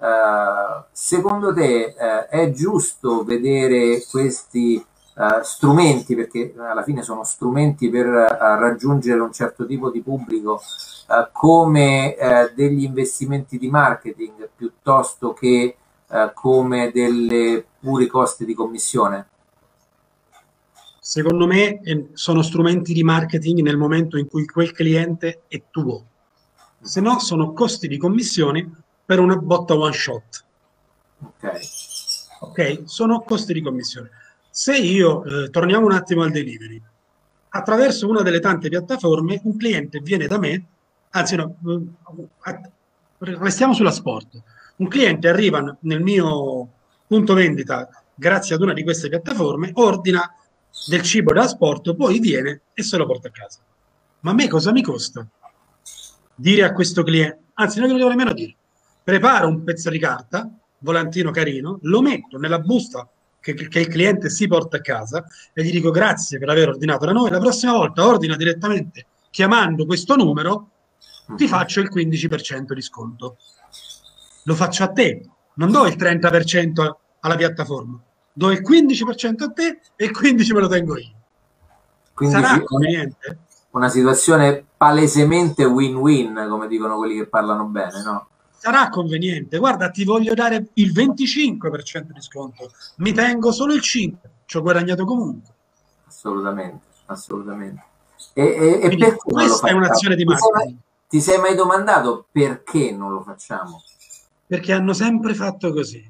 eh, secondo te eh, è giusto vedere questi Uh, strumenti, perché alla fine sono strumenti per uh, raggiungere un certo tipo di pubblico, uh, come uh, degli investimenti di marketing piuttosto che uh, come delle puri costi di commissione? Secondo me eh, sono strumenti di marketing nel momento in cui quel cliente è tuo, se no sono costi di commissione per una botta one shot. Ok, ok, sono costi di commissione. Se io, eh, torniamo un attimo al delivery, attraverso una delle tante piattaforme un cliente viene da me, anzi no, restiamo sulla sport, un cliente arriva nel mio, punto vendita grazie ad una di queste piattaforme, ordina del cibo da asporto, poi viene e se lo porta a casa. Ma a me cosa mi costa dire a questo cliente, anzi non glielo devo nemmeno dire, preparo un pezzo di carta, volantino carino, lo metto nella busta che, che il cliente si porta a casa e gli dico grazie per aver ordinato da noi, la prossima volta ordina direttamente chiamando questo numero, ti faccio il quindici per cento di sconto. Lo faccio a te, non do il trenta per cento alla piattaforma, do il quindici per cento a te e il quindici per cento me lo tengo io. Quindi sarà conveniente? Una situazione palesemente win-win, come dicono quelli che parlano bene, no? Sarà conveniente. Guarda, ti voglio dare il venticinque per cento di sconto, mi tengo solo il cinque per cento, ci ho guadagnato comunque. Assolutamente, assolutamente. E, e, e perché questa è un'azione di marketing. Ti sei mai domandato perché non lo facciamo? Perché hanno sempre fatto così.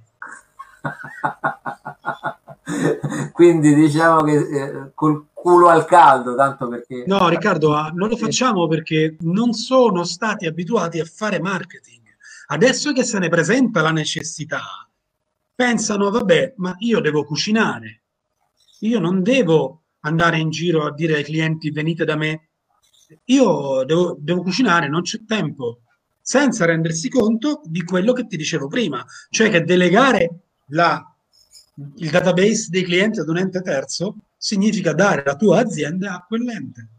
Quindi diciamo che eh, col culo al caldo, tanto perché... No, Riccardo, non lo facciamo perché non sono stati abituati a fare marketing. Adesso che se ne presenta la necessità, pensano, vabbè, ma io devo cucinare. Io non devo andare in giro a dire ai clienti venite da me. Io devo, devo cucinare, non c'è tempo. Senza rendersi conto di quello che ti dicevo prima, cioè che delegare la, il database dei clienti ad un ente terzo significa dare la tua azienda a quell'ente.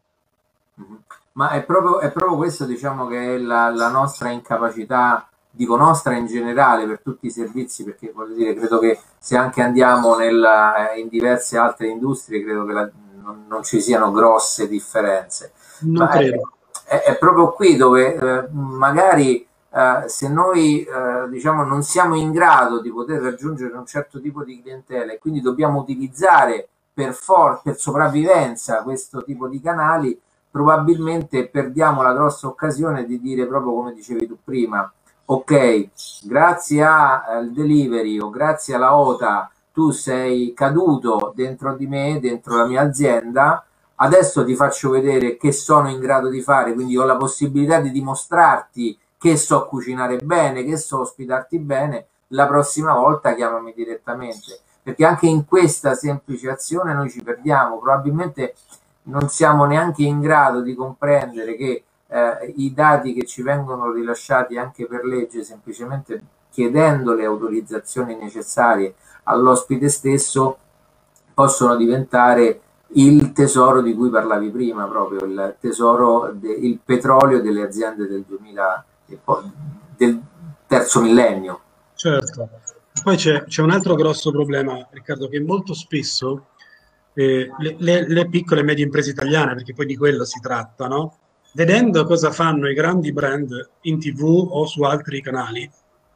Ma è proprio, è proprio questo, diciamo, che è la, la nostra incapacità, dico nostra in generale per tutti i servizi, perché voglio dire, credo che se anche andiamo nella, in diverse altre industrie, credo che la, non, non ci siano grosse differenze. Non Ma credo. È, è proprio qui dove eh, magari eh, se noi eh, diciamo non siamo in grado di poter raggiungere un certo tipo di clientela e quindi dobbiamo utilizzare per, for per sopravvivenza questo tipo di canali, probabilmente perdiamo la grossa occasione di dire proprio come dicevi tu prima, ok, grazie al delivery o grazie alla O T A tu sei caduto dentro di me, dentro la mia azienda, adesso ti faccio vedere che sono in grado di fare, quindi ho la possibilità di dimostrarti che so cucinare bene, che so ospitarti bene, la prossima volta chiamami direttamente, perché anche in questa semplice azione noi ci perdiamo, probabilmente non siamo neanche in grado di comprendere che eh, i dati che ci vengono rilasciati anche per legge, semplicemente chiedendo le autorizzazioni necessarie all'ospite stesso, possono diventare il tesoro di cui parlavi prima, proprio il tesoro, de, il petrolio delle aziende del duemila e poi del terzo millennio. Certo. Poi c'è un altro grosso problema, Riccardo, che molto spesso eh, le, le, le piccole e medie imprese italiane, perché poi di quello si tratta, no? Vedendo cosa fanno i grandi brand in tivù o su altri canali,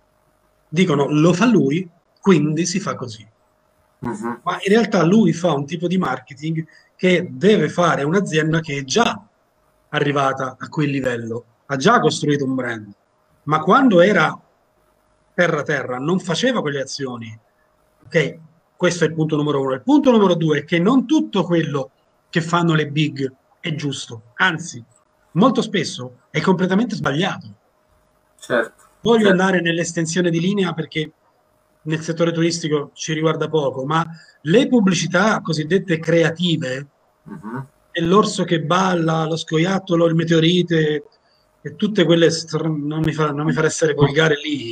dicono lo fa lui, quindi si fa così. Uh-huh. Ma in realtà lui fa un tipo di marketing che deve fare un'azienda che è già arrivata a quel livello, ha già costruito un brand, ma quando era terra terra non faceva quelle azioni. Ok, questo è il punto numero uno. Il punto numero due è che non tutto quello che fanno le big è giusto, anzi, molto spesso è completamente sbagliato. Certo. Voglio certo. andare nell'estensione di linea perché nel settore turistico ci riguarda poco, ma le pubblicità cosiddette creative, uh-huh. e l'orso che balla, lo scoiattolo, il meteorite e tutte quelle, non mi fa, non mi fa essere volgare lì,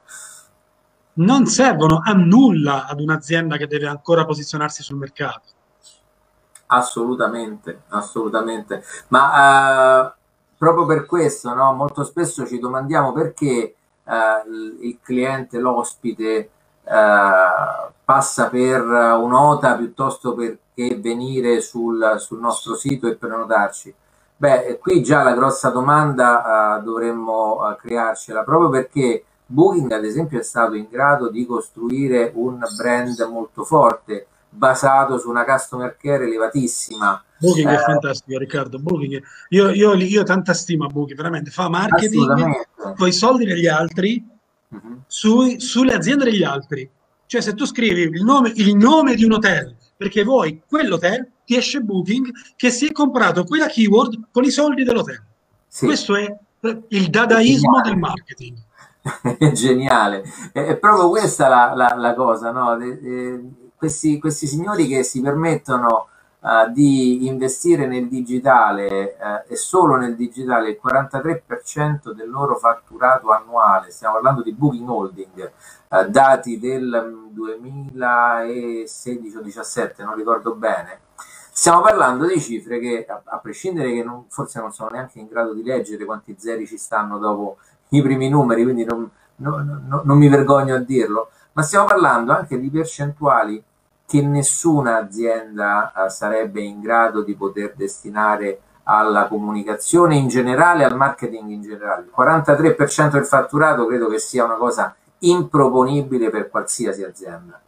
non servono a nulla ad un'azienda che deve ancora posizionarsi sul mercato. Assolutamente, assolutamente. Ma uh, proprio per questo, no? Molto spesso ci domandiamo perché uh, il cliente, l'ospite, Uh, passa per un'O T A piuttosto che venire sul, sul nostro sito e prenotarci. Beh, qui già la grossa domanda uh, dovremmo uh, crearcela, proprio perché Booking ad esempio è stato in grado di costruire un brand molto forte basato su una customer care elevatissima. Booking eh, è fantastico, Riccardo. Booking, io, io, io tanta stima a Booking, veramente fa marketing con i soldi degli altri. Uh-huh. Sui, sulle aziende degli altri, cioè se tu scrivi il nome, il nome di un hotel perché vuoi quell'hotel, ti esce Booking che si è comprato quella keyword con i soldi dell'hotel. Sì. Questo è Il dadaismo del marketing. È geniale, è, è proprio questa la, la, la cosa, no? De, de, questi, questi signori che si permettono uh, di investire nel digitale uh, e solo nel digitale il quarantatré per cento del loro fatturato annuale, stiamo parlando di Booking Holding, uh, dati del duemilasedici o diciassette, non ricordo bene. Stiamo parlando di cifre che, a, a prescindere che non, forse non sono neanche in grado di leggere quanti zeri ci stanno dopo i primi numeri, quindi non, non, non, non mi vergogno a dirlo, ma stiamo parlando anche di percentuali che nessuna azienda uh, sarebbe in grado di poter destinare alla comunicazione in generale, al marketing in generale. Il quarantatré per cento del fatturato credo che sia una cosa improponibile per qualsiasi azienda.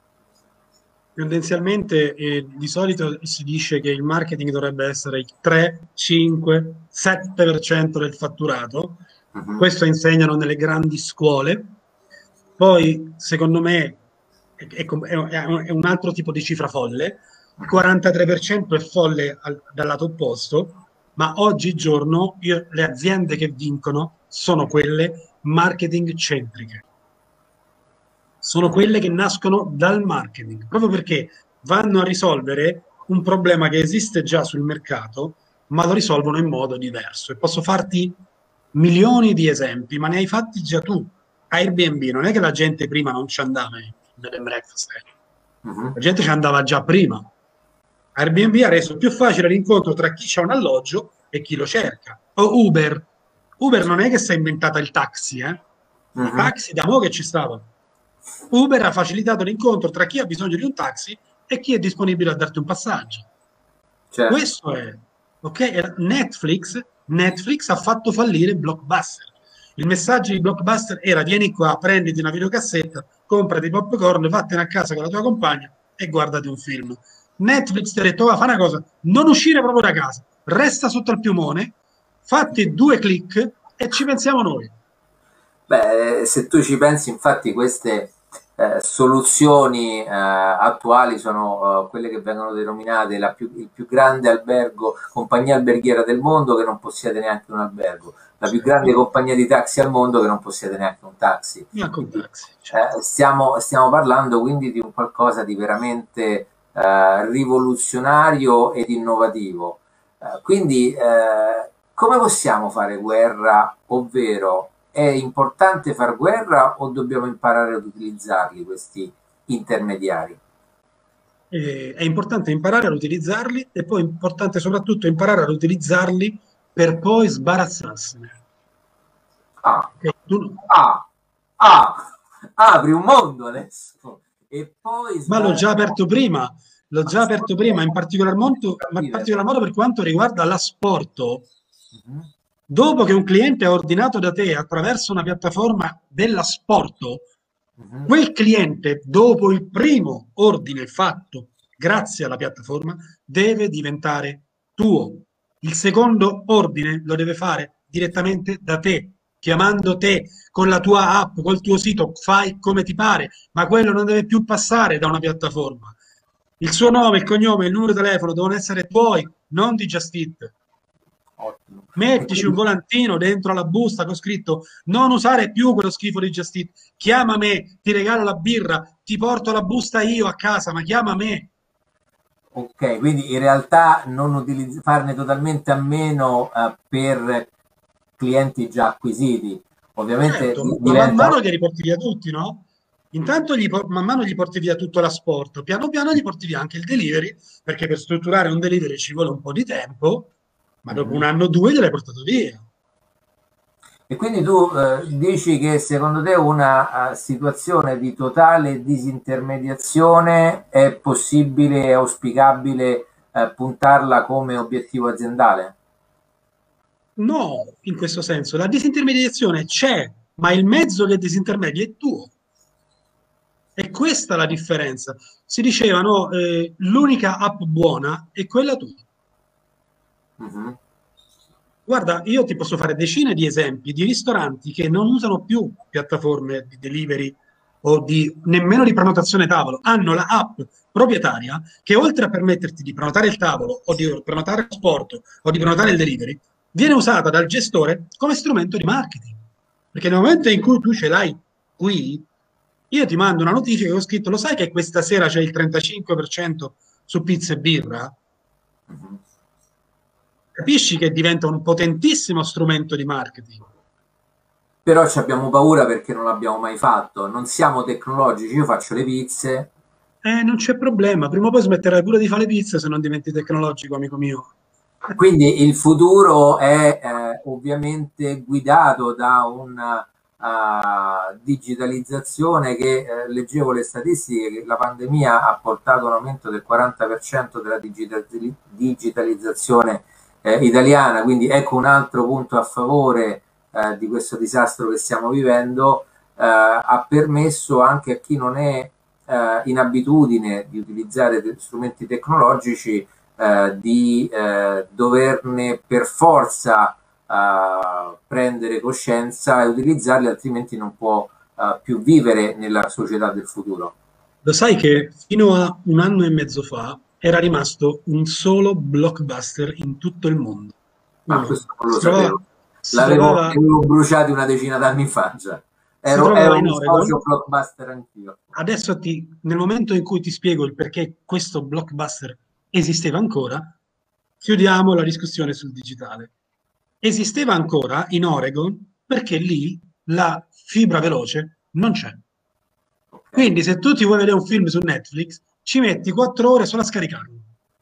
Tendenzialmente eh, di solito si dice che il marketing dovrebbe essere il tre, cinque, sette per cento del fatturato. Uh-huh. Questo insegnano nelle grandi scuole. Poi, secondo me, è, è, è un altro tipo di cifra folle. Il quarantatré per cento è folle al, dal lato opposto, ma oggigiorno io, le aziende che vincono sono quelle marketing centriche. Sono quelle che nascono dal marketing, proprio perché vanno a risolvere un problema che esiste già sul mercato, ma lo risolvono in modo diverso. E posso farti milioni di esempi, ma ne hai fatti già tu. Airbnb, non è che la gente prima non ci andava in bed and breakfast, uh-huh. La gente ci andava già prima. Airbnb ha reso più facile l'incontro tra chi c'ha un alloggio e chi lo cerca. O Uber. Uber non è che si è inventata il taxi, eh? Uh-huh. I taxi da mo' che ci stavano. Uber ha facilitato l'incontro tra chi ha bisogno di un taxi e chi è disponibile a darti un passaggio. Certo. Questo è, ok? Netflix, Netflix ha fatto fallire Blockbuster. Il messaggio di Blockbuster era: vieni qua, prenditi una videocassetta, comprati popcorn, vattene a casa con la tua compagna e guardati un film. Netflix ti ha detto: va, fa una cosa, non uscire proprio da casa, resta sotto al piumone, fatti due click e ci pensiamo noi. Beh, se tu ci pensi, infatti, queste eh, soluzioni eh, attuali sono eh, quelle che vengono denominate la più, il più grande albergo, compagnia alberghiera del mondo che non possiede neanche un albergo, la più grande compagnia di taxi al mondo che non possiede neanche un taxi. Neanche un taxi. Certo. Eh, stiamo, stiamo parlando quindi di un qualcosa di veramente eh, rivoluzionario ed innovativo. Eh, quindi eh, come possiamo fare guerra, ovvero è importante far guerra o dobbiamo imparare ad utilizzarli questi intermediari? Eh, è importante imparare ad utilizzarli e poi è importante soprattutto imparare ad utilizzarli per poi sbarazzarsene. Ah, tu... ah, ah, apri un mondo adesso e poi ma l'ho già aperto prima, l'ho già aperto prima, in particolar modo, ma in particolar modo per quanto riguarda l'asporto. Uh-huh. Dopo che un cliente ha ordinato da te attraverso una piattaforma dell'asporto, uh-huh. quel cliente, dopo il primo ordine fatto grazie alla piattaforma, deve diventare tuo. Il secondo ordine lo deve fare direttamente da te, chiamando te, con la tua app, col tuo sito, fai come ti pare, ma quello non deve più passare da una piattaforma. Il suo nome, il cognome, il numero di telefono devono essere tuoi, non di Just Eat. Ottimo. Mettici un volantino dentro alla busta con scritto: non usare più quello schifo di Just Eat, chiama me, ti regalo la birra, ti porto la busta io a casa, ma chiama me. Ok, quindi in realtà non utilizz- farne totalmente a meno uh, per clienti già acquisiti. Ovviamente certo, diventa... ma man mano li riporti via tutti, no? Intanto gli, man mano gli porti via tutto l'asporto, piano piano gli porti via anche il delivery, perché per strutturare un delivery ci vuole un po' di tempo, ma dopo un anno o due gliel'hai portato via. E quindi tu eh, dici che secondo te una uh, situazione di totale disintermediazione è possibile e auspicabile uh, puntarla come obiettivo aziendale? No, in questo senso. La disintermediazione c'è, ma il mezzo che disintermedia è tuo. E questa è la differenza. Si diceva, no, eh, l'unica app buona è quella tua. Uh-huh. Guarda, io ti posso fare decine di esempi di ristoranti che non usano più piattaforme di delivery o di nemmeno di prenotazione tavolo, hanno la app proprietaria che oltre a permetterti di prenotare il tavolo o di prenotare lo sport o di prenotare il delivery, viene usata dal gestore come strumento di marketing. Perché nel momento in cui tu ce l'hai qui, io ti mando una notifica che ho scritto, lo sai che questa sera c'è il trentacinque per cento su pizza e birra? Mhm. Capisci che diventa un potentissimo strumento di marketing. Però ci abbiamo paura perché non l'abbiamo mai fatto, non siamo tecnologici, io faccio le pizze. Eh, non c'è problema, prima o poi smetterai pure di fare le pizze se non diventi tecnologico, amico mio. Quindi il futuro è eh, ovviamente guidato da una uh, digitalizzazione che eh, leggevo le statistiche che la pandemia ha portato un aumento del quaranta per cento della digitali- digitalizzazione eh, italiana, quindi ecco un altro punto a favore eh, di questo disastro che stiamo vivendo, eh, ha permesso anche a chi non è eh, in abitudine di utilizzare de- strumenti tecnologici eh, di eh, doverne per forza eh, prendere coscienza e utilizzarli, altrimenti non può eh, più vivere nella società del futuro. Lo sai che fino a un anno e mezzo fa era rimasto un solo blockbuster in tutto il mondo. Ma Uno. questo non lo Si sapevo. trovava, si L'avevo, trovava, li avevo bruciati una decina d'anni fa già. si Ero, trovava ero in un Oregon. socio blockbuster anch'io. Adesso ti, nel momento in cui ti spiego il perché questo blockbuster esisteva ancora, chiudiamo la discussione sul digitale. Esisteva ancora in Oregon perché lì la fibra veloce non c'è. Okay. Quindi se tu ti vuoi vedere un film su Netflix, ci metti quattro ore solo a scaricarlo.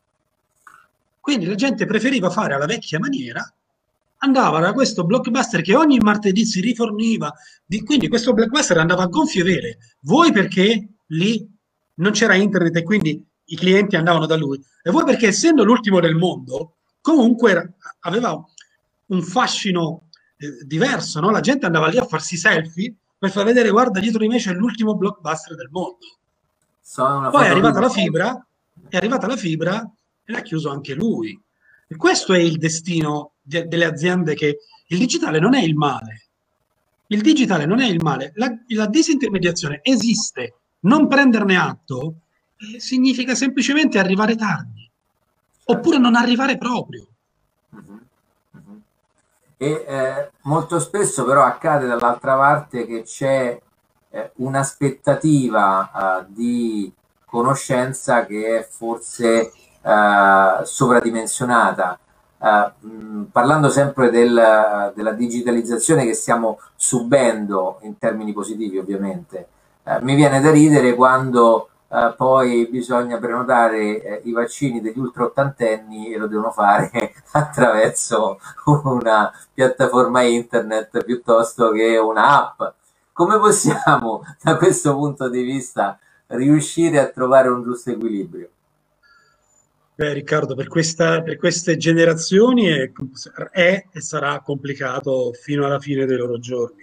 Quindi la gente preferiva fare alla vecchia maniera, andava da questo blockbuster che ogni martedì si riforniva, di, quindi questo blockbuster andava a gonfie vele, vuoi perché lì non c'era internet e quindi i clienti andavano da lui, e vuoi perché essendo l'ultimo del mondo, comunque era, aveva un fascino eh, diverso, no? La gente andava lì a farsi selfie per far vedere, guarda, dietro di me c'è l'ultimo blockbuster del mondo. Sono una Poi è arrivata la fotografia. fibra, è arrivata la fibra e l'ha chiuso anche lui. E questo è il destino de- delle aziende, che il digitale non è il male. Il digitale non è il male. La, la disintermediazione esiste. Non prenderne atto eh, significa semplicemente arrivare tardi, Certo. oppure non arrivare proprio. Mhm, mhm. E eh, molto spesso però accade dall'altra parte che c'è eh, un'aspettativa eh, di conoscenza che è forse eh, sovradimensionata. Eh, mh, parlando sempre del- della digitalizzazione che stiamo subendo in termini positivi, ovviamente, eh, mi viene da ridere quando eh, poi bisogna prenotare eh, i vaccini degli ultra ottantenni e lo devono fare attraverso una piattaforma internet piuttosto che una app. Come possiamo da questo punto di vista riuscire a trovare un giusto equilibrio? Beh, Riccardo, per, questa, per queste generazioni è, è e sarà complicato fino alla fine dei loro giorni.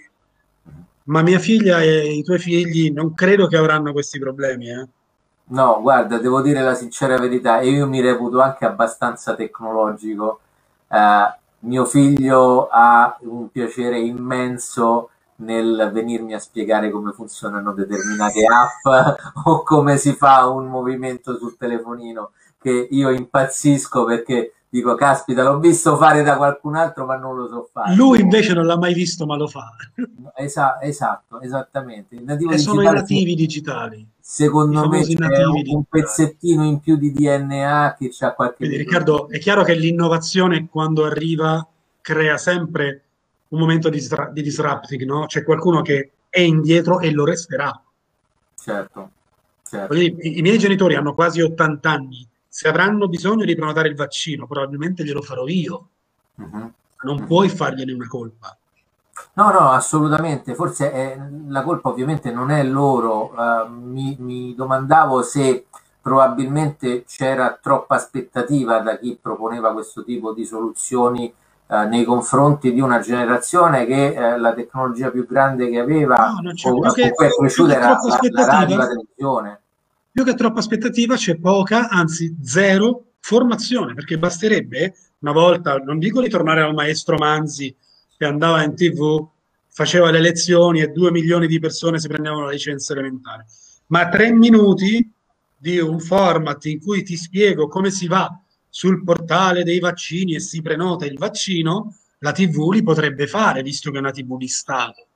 Ma mia figlia e i tuoi figli non credo che avranno questi problemi, eh? No, guarda, devo dire la sincera verità, e io mi reputo anche abbastanza tecnologico. Eh, mio figlio ha un piacere immenso nel venirmi a spiegare come funzionano determinate app o come si fa un movimento sul telefonino, che io impazzisco perché dico, caspita, l'ho visto fare da qualcun altro, ma non lo so fare. Lui invece non l'ha mai visto, ma lo fa. Esa- esatto, esattamente. Il nativo E sono i digitale, se- nativi digitali, i secondo me, famosi c'è un nativi un digitali. pezzettino in più di D N A che c'ha qualche Quindi microchip. Riccardo, è chiaro che l'innovazione quando arriva crea sempre un momento di, disra- di disrupting, no? C'è qualcuno che è indietro e lo resterà. Certo, Voglio certo. dire, I, i miei genitori hanno quasi ottanta anni, se avranno bisogno di prenotare il vaccino, probabilmente glielo farò io. Mhm, Non puoi mhm. fargliene una colpa. No, no, assolutamente. Forse è- la colpa ovviamente non è loro. Eh, mi, mi domandavo se probabilmente c'era troppa aspettativa da chi proponeva questo tipo di soluzioni eh, nei confronti di una generazione che eh, la tecnologia più grande che aveva No, non c'è o più con che, cui è più cresciuta che era troppa la, la radio e aspettativa. la televisione. Più che troppa aspettativa c'è poca, anzi zero formazione, perché basterebbe una volta, non dico ritornare al maestro Manzi che andava in T V, faceva le lezioni e due milioni di persone si prendevano la licenza elementare, ma tre minuti di un format in cui ti spiego come si va sul portale dei vaccini e si prenota il vaccino, la T V li potrebbe fare, visto che è una T V di Stato.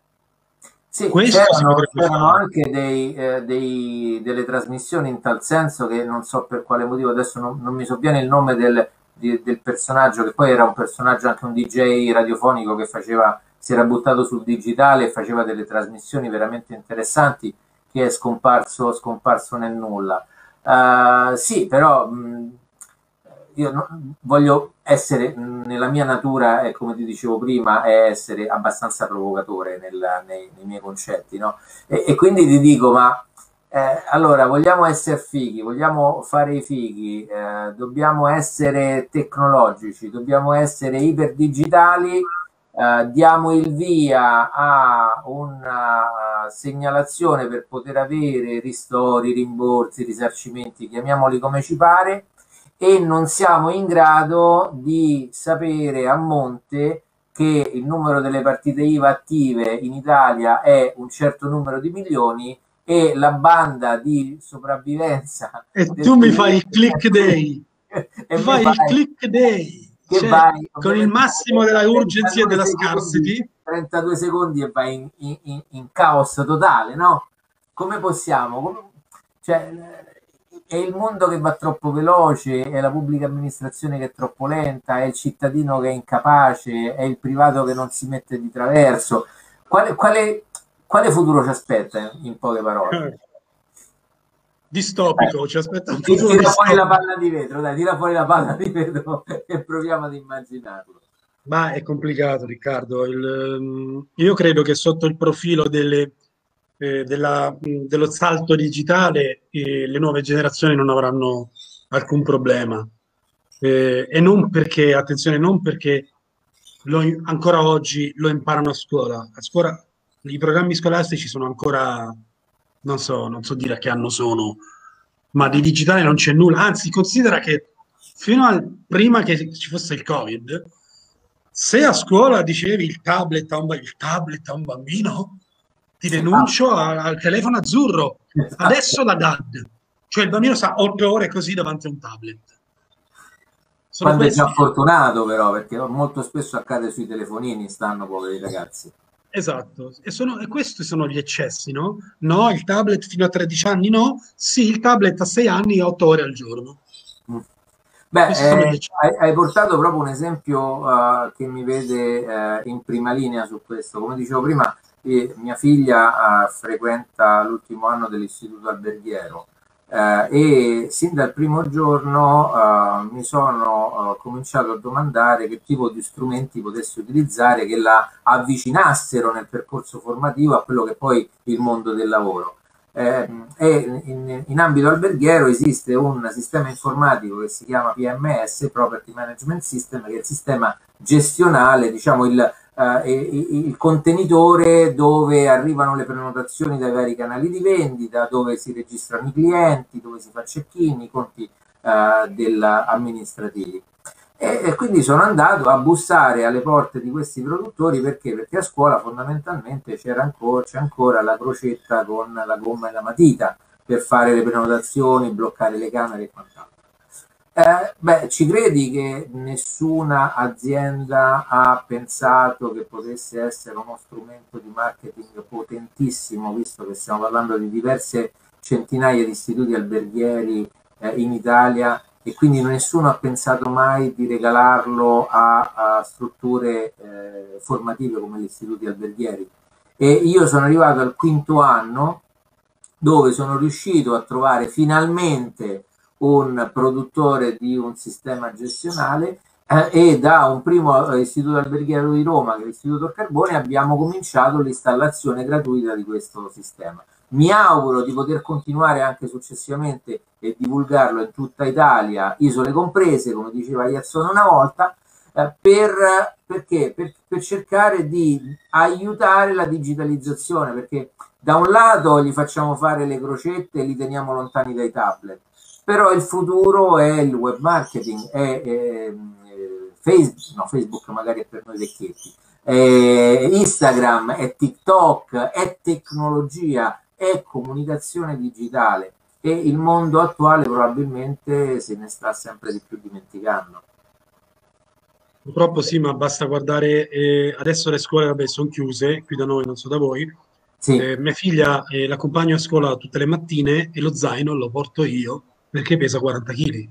Sì, Questo si c'erano potrebbe c'erano fare. anche dei, eh, dei- delle trasmissioni in tal senso che non so per quale motivo, adesso non, non mi sovviene il nome del, di- del personaggio, che poi era un personaggio, anche un D J radiofonico che faceva, si era buttato sul digitale e faceva delle trasmissioni veramente interessanti, che è scomparso, scomparso nel nulla. Uh, sì, però mh, io no, voglio essere mh, nella mia natura, e come ti dicevo prima, è essere abbastanza provocatore nel, nei, nei, miei concetti, no? E, e quindi ti dico, ma eh, allora vogliamo essere fighi, vogliamo fare i fighi, eh, dobbiamo essere tecnologici, dobbiamo essere iperdigitali. Uh, diamo il via a una segnalazione per poter avere ristori, rimborsi, risarcimenti, chiamiamoli come ci pare, e non siamo in grado di sapere a monte che il numero delle partite I V A attive in Italia è un certo numero di milioni e la banda di sopravvivenza E del tu mi fai il paese click day, e mi mi fai il fai click day, che cioè vai con il ovviamente massimo della urgency e trentadue della secondi, scarcity. trentadue secondi e vai in, in, in, in caos totale, no? Come possiamo? Come, cioè, è il mondo che va troppo veloce, è la pubblica amministrazione che è troppo lenta, è il cittadino che è incapace, è il privato che non si mette di traverso. Quale, quale, quale futuro ci aspetta, in poche parole? Distopico, ci aspetta un Ti- futuro Tira fuori la distopico. palla di vetro, dai, tira fuori la palla di vetro e proviamo ad immaginarlo. Ma è complicato, Riccardo. Il, ehm, io credo che sotto il profilo delle, eh, della- mh, dello salto digitale, eh, le nuove generazioni non avranno alcun problema. Eh, e non perché, attenzione, non perché lo- ancora oggi lo imparano a scuola. A scuola i programmi scolastici sono ancora, non so, non so dire a che anno sono, ma di digitale non c'è nulla. Anzi, considera che fino a prima che ci fosse il Covid, se a scuola dicevi il tablet a un, ba- il tablet a un bambino, ti Ah, denuncio a- al telefono azzurro. esatto. Adesso la D A D, cioè il bambino sta otto ore così davanti a un tablet. Sono Quando è già questi. fortunato però, perché molto spesso accade sui telefonini, stanno poveri ragazzi. Esatto, e, sono, e questi sono gli eccessi, no? No, il tablet fino a tredici anni no, sì, il tablet a sei anni otto ore al giorno. Mm. Beh, Questi sono gli eh, eccessi. hai, hai portato proprio un esempio eh, che mi vede eh, in prima linea su questo. Come dicevo prima, eh, mia figlia eh, frequenta l'ultimo anno dell'istituto alberghiero eh, e sin dal primo giorno eh, mi sono eh, cominciato a domandare che tipo di strumenti potessi utilizzare che la avvicinassero nel percorso formativo a quello che è poi il mondo del lavoro. Eh, e in, in ambito alberghiero esiste un sistema informatico che si chiama P M S, Property Management System, che è il sistema gestionale, diciamo il, eh, il contenitore dove arrivano le prenotazioni dai vari canali di vendita, dove si registrano i clienti, dove si fa check-in, i conti eh, amministrativi. E, e quindi sono andato a bussare alle porte di questi produttori perché? Perché a scuola fondamentalmente c'era ancora, c'è ancora la crocetta con la gomma e la matita per fare le prenotazioni, bloccare le camere e quant'altro. Eh, beh, ci credi che nessuna azienda ha pensato che potesse essere uno strumento di marketing potentissimo, visto che stiamo parlando di diverse centinaia di istituti alberghieri eh, in Italia, e quindi nessuno ha pensato mai di regalarlo a, a strutture eh, formative come gli istituti alberghieri. E io sono arrivato al quinto anno dove sono riuscito a trovare finalmente un produttore di un sistema gestionale eh, e da un primo eh, istituto alberghiero di Roma, che è l'Istituto Carbone, abbiamo cominciato l'installazione gratuita di questo sistema. Mi auguro di poter continuare anche successivamente e divulgarlo in tutta Italia, isole comprese, come diceva Iazzone una volta, eh, per, perché? Per, per cercare di aiutare la digitalizzazione, perché da un lato gli facciamo fare le crocette e li teniamo lontani dai tablet, però il futuro è il web marketing, è, è, Facebook, no, Facebook magari è per noi vecchietti, è Instagram, è TikTok, è tecnologia, è comunicazione digitale. e il mondo attuale probabilmente se ne sta sempre di più dimenticando. Purtroppo sì, ma basta guardare, eh, adesso le scuole, vabbè, sono chiuse, qui da noi, non so da voi. Sì. Eh, mia figlia eh, l'accompagno a scuola tutte le mattine e lo zaino lo porto io perché pesa quaranta chili.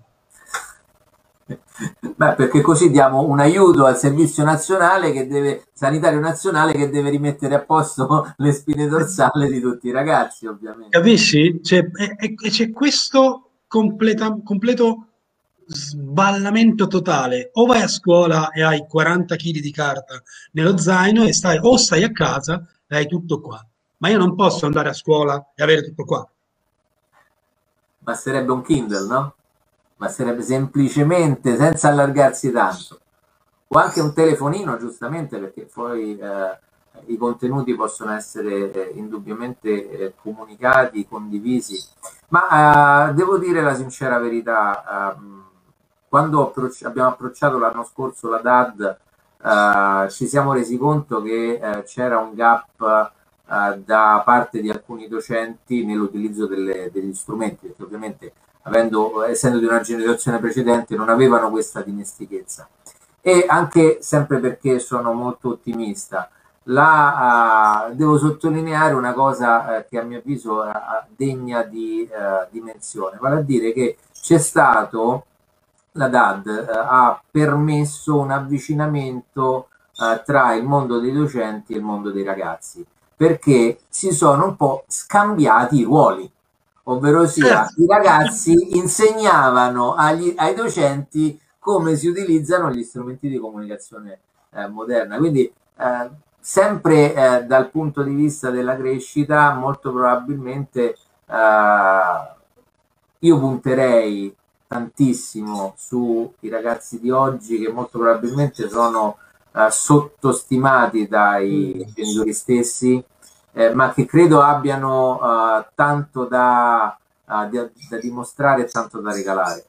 Beh, perché così diamo un aiuto al servizio nazionale che deve, sanitario nazionale che deve rimettere a posto le spine dorsali di tutti i ragazzi, ovviamente. Capisci? C'è, e, e- e c'è questo completa- completo sballamento totale. O vai a scuola e hai quaranta chili di carta nello zaino e stai, o stai a casa e hai tutto qua. Ma io non posso andare a scuola e avere tutto qua. Basterebbe un Kindle, no? Basterebbe semplicemente, senza allargarsi tanto. O anche un telefonino, giustamente, perché poi eh, i contenuti possono essere eh, indubbiamente eh, comunicati, condivisi. Ma eh, devo dire la sincera verità, ehm, quando approc- abbiamo approcciato l'anno scorso la D A D, eh, ci siamo resi conto che eh, c'era un gap eh, da parte di alcuni docenti nell'utilizzo delle- degli strumenti, perché ovviamente avendo, essendo di una generazione precedente non avevano questa dimestichezza. E anche sempre perché sono molto ottimista, la, uh, devo sottolineare una cosa uh, che a mio avviso è degna di uh, dimensione, vale a dire che c'è stato, la D A D uh, ha permesso un avvicinamento uh, tra il mondo dei docenti e il mondo dei ragazzi, perché si sono un po' scambiati i ruoli, ovvero sia Certo. i ragazzi insegnavano agli, ai docenti come si utilizzano gli strumenti di comunicazione eh, moderna. Quindi eh, sempre eh, dal punto di vista della crescita, molto probabilmente eh, io punterei tantissimo sui ragazzi di oggi che molto probabilmente sono eh, sottostimati dai Mm. genitori stessi, eh, ma che credo abbiano eh, tanto da, uh, da, da dimostrare e tanto da regalare.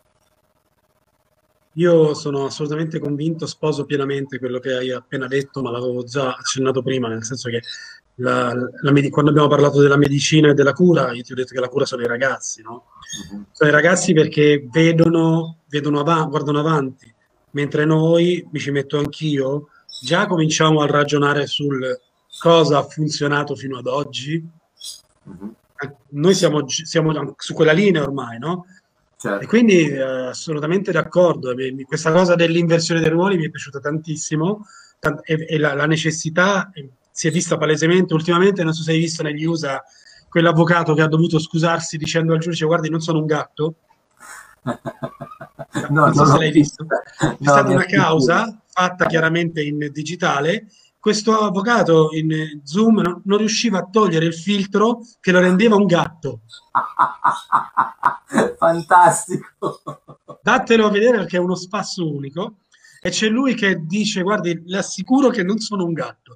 Io sono assolutamente convinto, sposo pienamente quello che hai appena detto, ma l'avevo già accennato prima, nel senso che la- la medi- quando abbiamo parlato della medicina e della cura, io ti ho detto che la cura sono i ragazzi, no? Mm-hmm. Sono i ragazzi perché vedono, vedono avanti, guardano avanti, mentre noi, mi ci metto anch'io, già cominciamo a ragionare sul cosa ha funzionato fino ad oggi. Mm-hmm. Noi siamo, siamo su quella linea ormai, no? E Certo. quindi eh, assolutamente d'accordo. Mi- mi- Questa cosa dell'inversione dei ruoli mi è piaciuta tantissimo tant- e, e la, la necessità eh, si è vista palesemente ultimamente. Non so se hai visto negli U S A quell'avvocato che ha dovuto scusarsi dicendo al giudice: Guardi, non sono un gatto. No, Non so non se l'ho l'hai visto. vista. C'è No, stata mi è una sfuggito. causa fatta chiaramente in digitale. Questo avvocato in Zoom non, non riusciva a togliere il filtro che lo rendeva un gatto. Fantastico. Datelo a vedere perché è uno spasso unico. E c'è lui che dice: Guardi, le assicuro che non sono un gatto.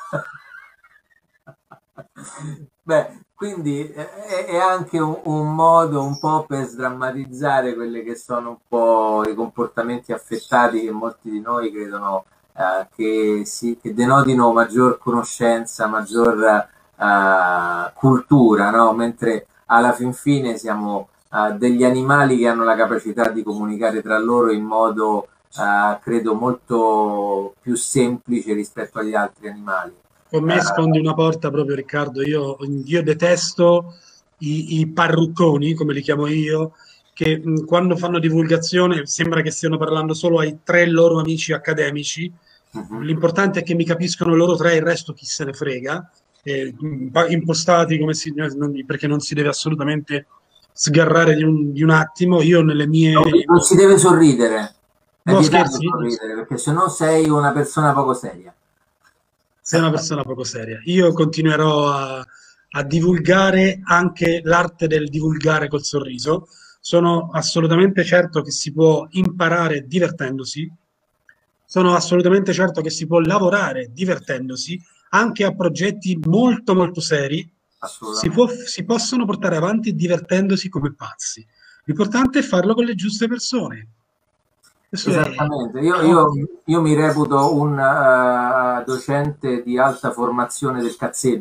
Beh, quindi è, è anche un, un modo un po' per sdrammatizzare quelli che sono un po' i comportamenti affettati che molti di noi credono eh, che, si, che denotino maggior conoscenza, maggior eh, cultura, no? Mentre alla fin fine siamo eh, degli animali che hanno la capacità di comunicare tra loro in modo, eh, credo, molto più semplice rispetto agli altri animali. Con me Eh, sfondi una porta proprio, Riccardo. Io, io detesto i, i parrucconi, come li chiamo io, che mh, quando fanno divulgazione sembra che stiano parlando solo ai tre loro amici accademici. mhm. L'importante è che mi capiscono loro tre, il resto chi se ne frega. Eh, mh, impostati come si, non- perché non si deve assolutamente sgarrare di un, di un attimo. Io nelle mie... Non si deve sorridere, è No, vietato scherzi? sorridere perché se no sei una persona poco seria. Sei una persona poco seria. Io continuerò a, a divulgare anche l'arte del divulgare col sorriso. Sono assolutamente certo che si può imparare divertendosi. Sono assolutamente certo che si può lavorare divertendosi anche a progetti molto molto seri. Si può- Assolutamente. si possono portare avanti divertendosi come pazzi. L'importante è farlo con le giuste persone. Questo è, Esattamente, è io, io, ovvio. io mi reputo un uh, docente di alta formazione del cazzeggio,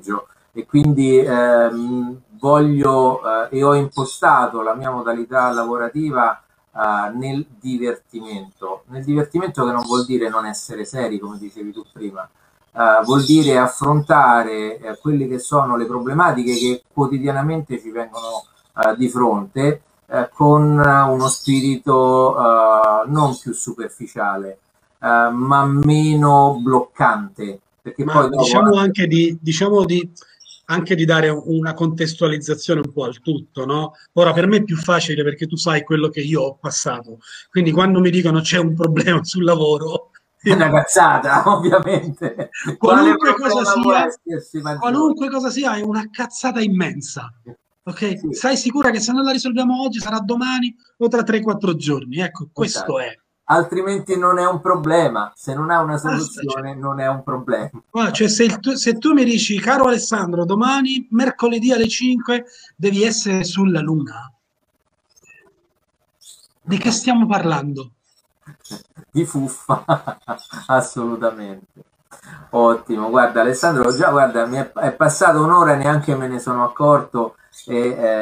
e quindi ehm, voglio eh, e ho impostato la mia modalità lavorativa eh, nel divertimento, nel divertimento che non vuol dire non essere seri, come dicevi tu prima. Uh, vuol dire affrontare uh, quelle che sono le problematiche che quotidianamente ci vengono uh, di fronte uh, con uh, uno spirito uh, non più superficiale, uh, ma meno bloccante. Perché Ma poi dopo diciamo anche... anche di, diciamo di, anche di dare una contestualizzazione un po' al tutto, no? Ora per me è più facile perché tu sai quello che io ho passato, quindi quando mi dicono c'è un problema sul lavoro, È una cazzata, ovviamente. Quale qualunque cosa problema può sia, esserci maggiore? qualunque cosa sia, è una cazzata immensa. Ok? Sì, Sai sicura che se non la risolviamo oggi sarà domani o tra tre quattro giorni. Ecco, questo esatto. è. Altrimenti non è un problema, se non ha una Basta, cioè. soluzione non è un problema. Guarda, cioè, se, il tu, se tu mi dici, caro Alessandro, domani, mercoledì alle cinque, devi essere sulla Luna, di che stiamo parlando? Di fuffa, assolutamente. Ottimo, guarda Alessandro, già guarda, mi è, è passata un'ora e neanche me ne sono accorto e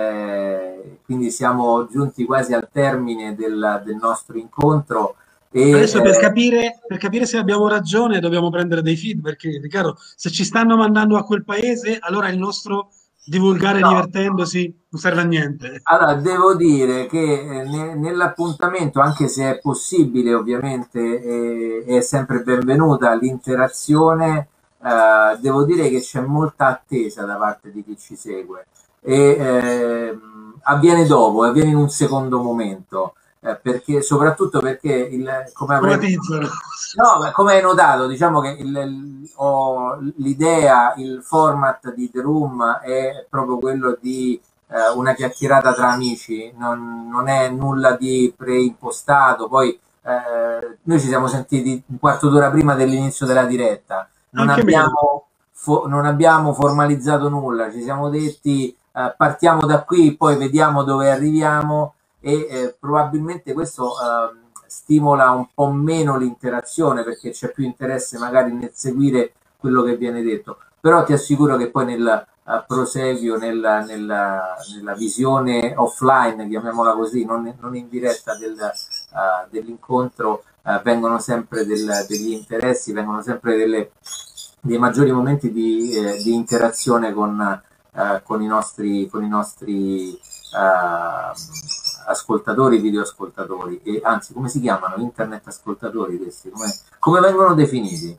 eh, quindi siamo giunti quasi al termine del, del nostro incontro e Adesso per eh, capire, per capire se abbiamo ragione dobbiamo prendere dei feed, perché Riccardo, se ci stanno mandando a quel paese, allora il nostro divulgare no, divertendosi non serve a niente. allora, devo dire che eh, ne- nell'appuntamento, anche se è possibile, ovviamente, eh, è sempre benvenuta l'interazione, eh, devo dire che c'è molta attesa da parte di chi ci segue e ehm, avviene dopo, avviene in un secondo momento, eh, perché, soprattutto perché, il, come avrai Automatizzano. no, ma come hai notato, diciamo che il- il- ho- l'idea, il format di The Room è proprio quello di eh, una chiacchierata tra amici, non, non è nulla di preimpostato. Poi eh, noi ci siamo sentiti un quarto d'ora prima dell'inizio della diretta, non Anche meno. abbiamo, fo- non abbiamo formalizzato nulla, ci siamo detti eh, partiamo da qui, poi vediamo dove arriviamo e eh, probabilmente questo eh, stimola un po' meno l'interazione perché c'è più interesse magari nel seguire quello che viene detto, però ti assicuro che poi nel uh, prosieguo, nella, nella, nella visione offline, chiamiamola così, non, non in diretta del, uh, dell'incontro, uh, vengono sempre del, degli interessi, vengono sempre delle, dei maggiori momenti di, eh, di interazione con, uh, con i nostri, con i nostri uh, ascoltatori, videoascoltatori, e anzi, come si chiamano? Internet ascoltatori questi? Come, come vengono definiti?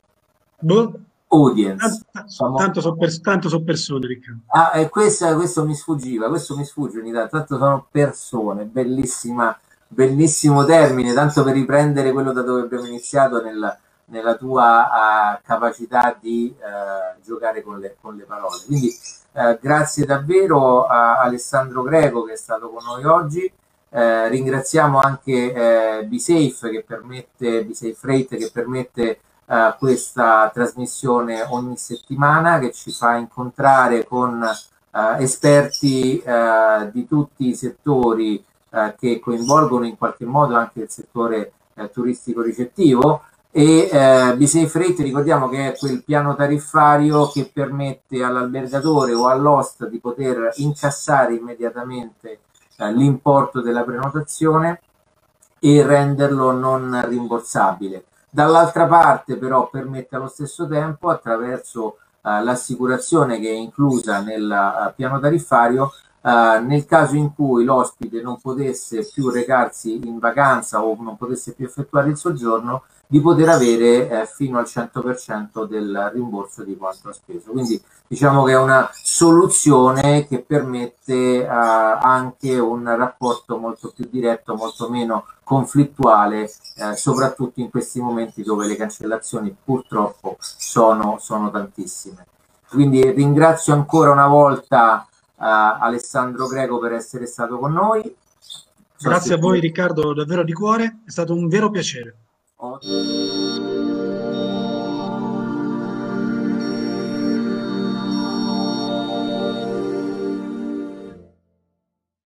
Boh. Audience. Tanto, Siamo... tanto so, per, tanto so persone, Riccardo. Ah, e questo, questo mi sfuggiva, questo mi sfugge ogni tanto, tanto sono persone, bellissima, bellissimo termine, tanto per riprendere quello da dove abbiamo iniziato nel, nella tua uh, capacità di uh, giocare con le, con le parole. Quindi uh, grazie davvero a Alessandro Greco che è stato con noi oggi. Eh, ringraziamo anche eh, BeSafe che permette, BeSafe Rate che permette Uh, questa trasmissione ogni settimana che ci fa incontrare con uh, esperti uh, di tutti i settori uh, che coinvolgono in qualche modo anche il settore uh, turistico ricettivo e uh, BeSafe Rate ricordiamo che è quel piano tariffario che permette all'albergatore o all'host di poter incassare immediatamente uh, l'importo della prenotazione e renderlo non rimborsabile. Dall'altra parte però permette allo stesso tempo attraverso uh, l'assicurazione che è inclusa nel uh, piano tariffario uh, nel caso in cui l'ospite non potesse più recarsi in vacanza o non potesse più effettuare il soggiorno di poter avere eh, fino al cento per cento del rimborso di quanto ha speso. Quindi diciamo che è una soluzione che permette uh, anche un rapporto molto più diretto, molto meno conflittuale, eh, soprattutto in questi momenti dove le cancellazioni purtroppo sono, sono tantissime. Quindi ringrazio ancora una volta uh, Alessandro Greco per essere stato con noi. So Grazie a voi, tu... Riccardo, davvero di cuore, è stato un vero piacere. Oh.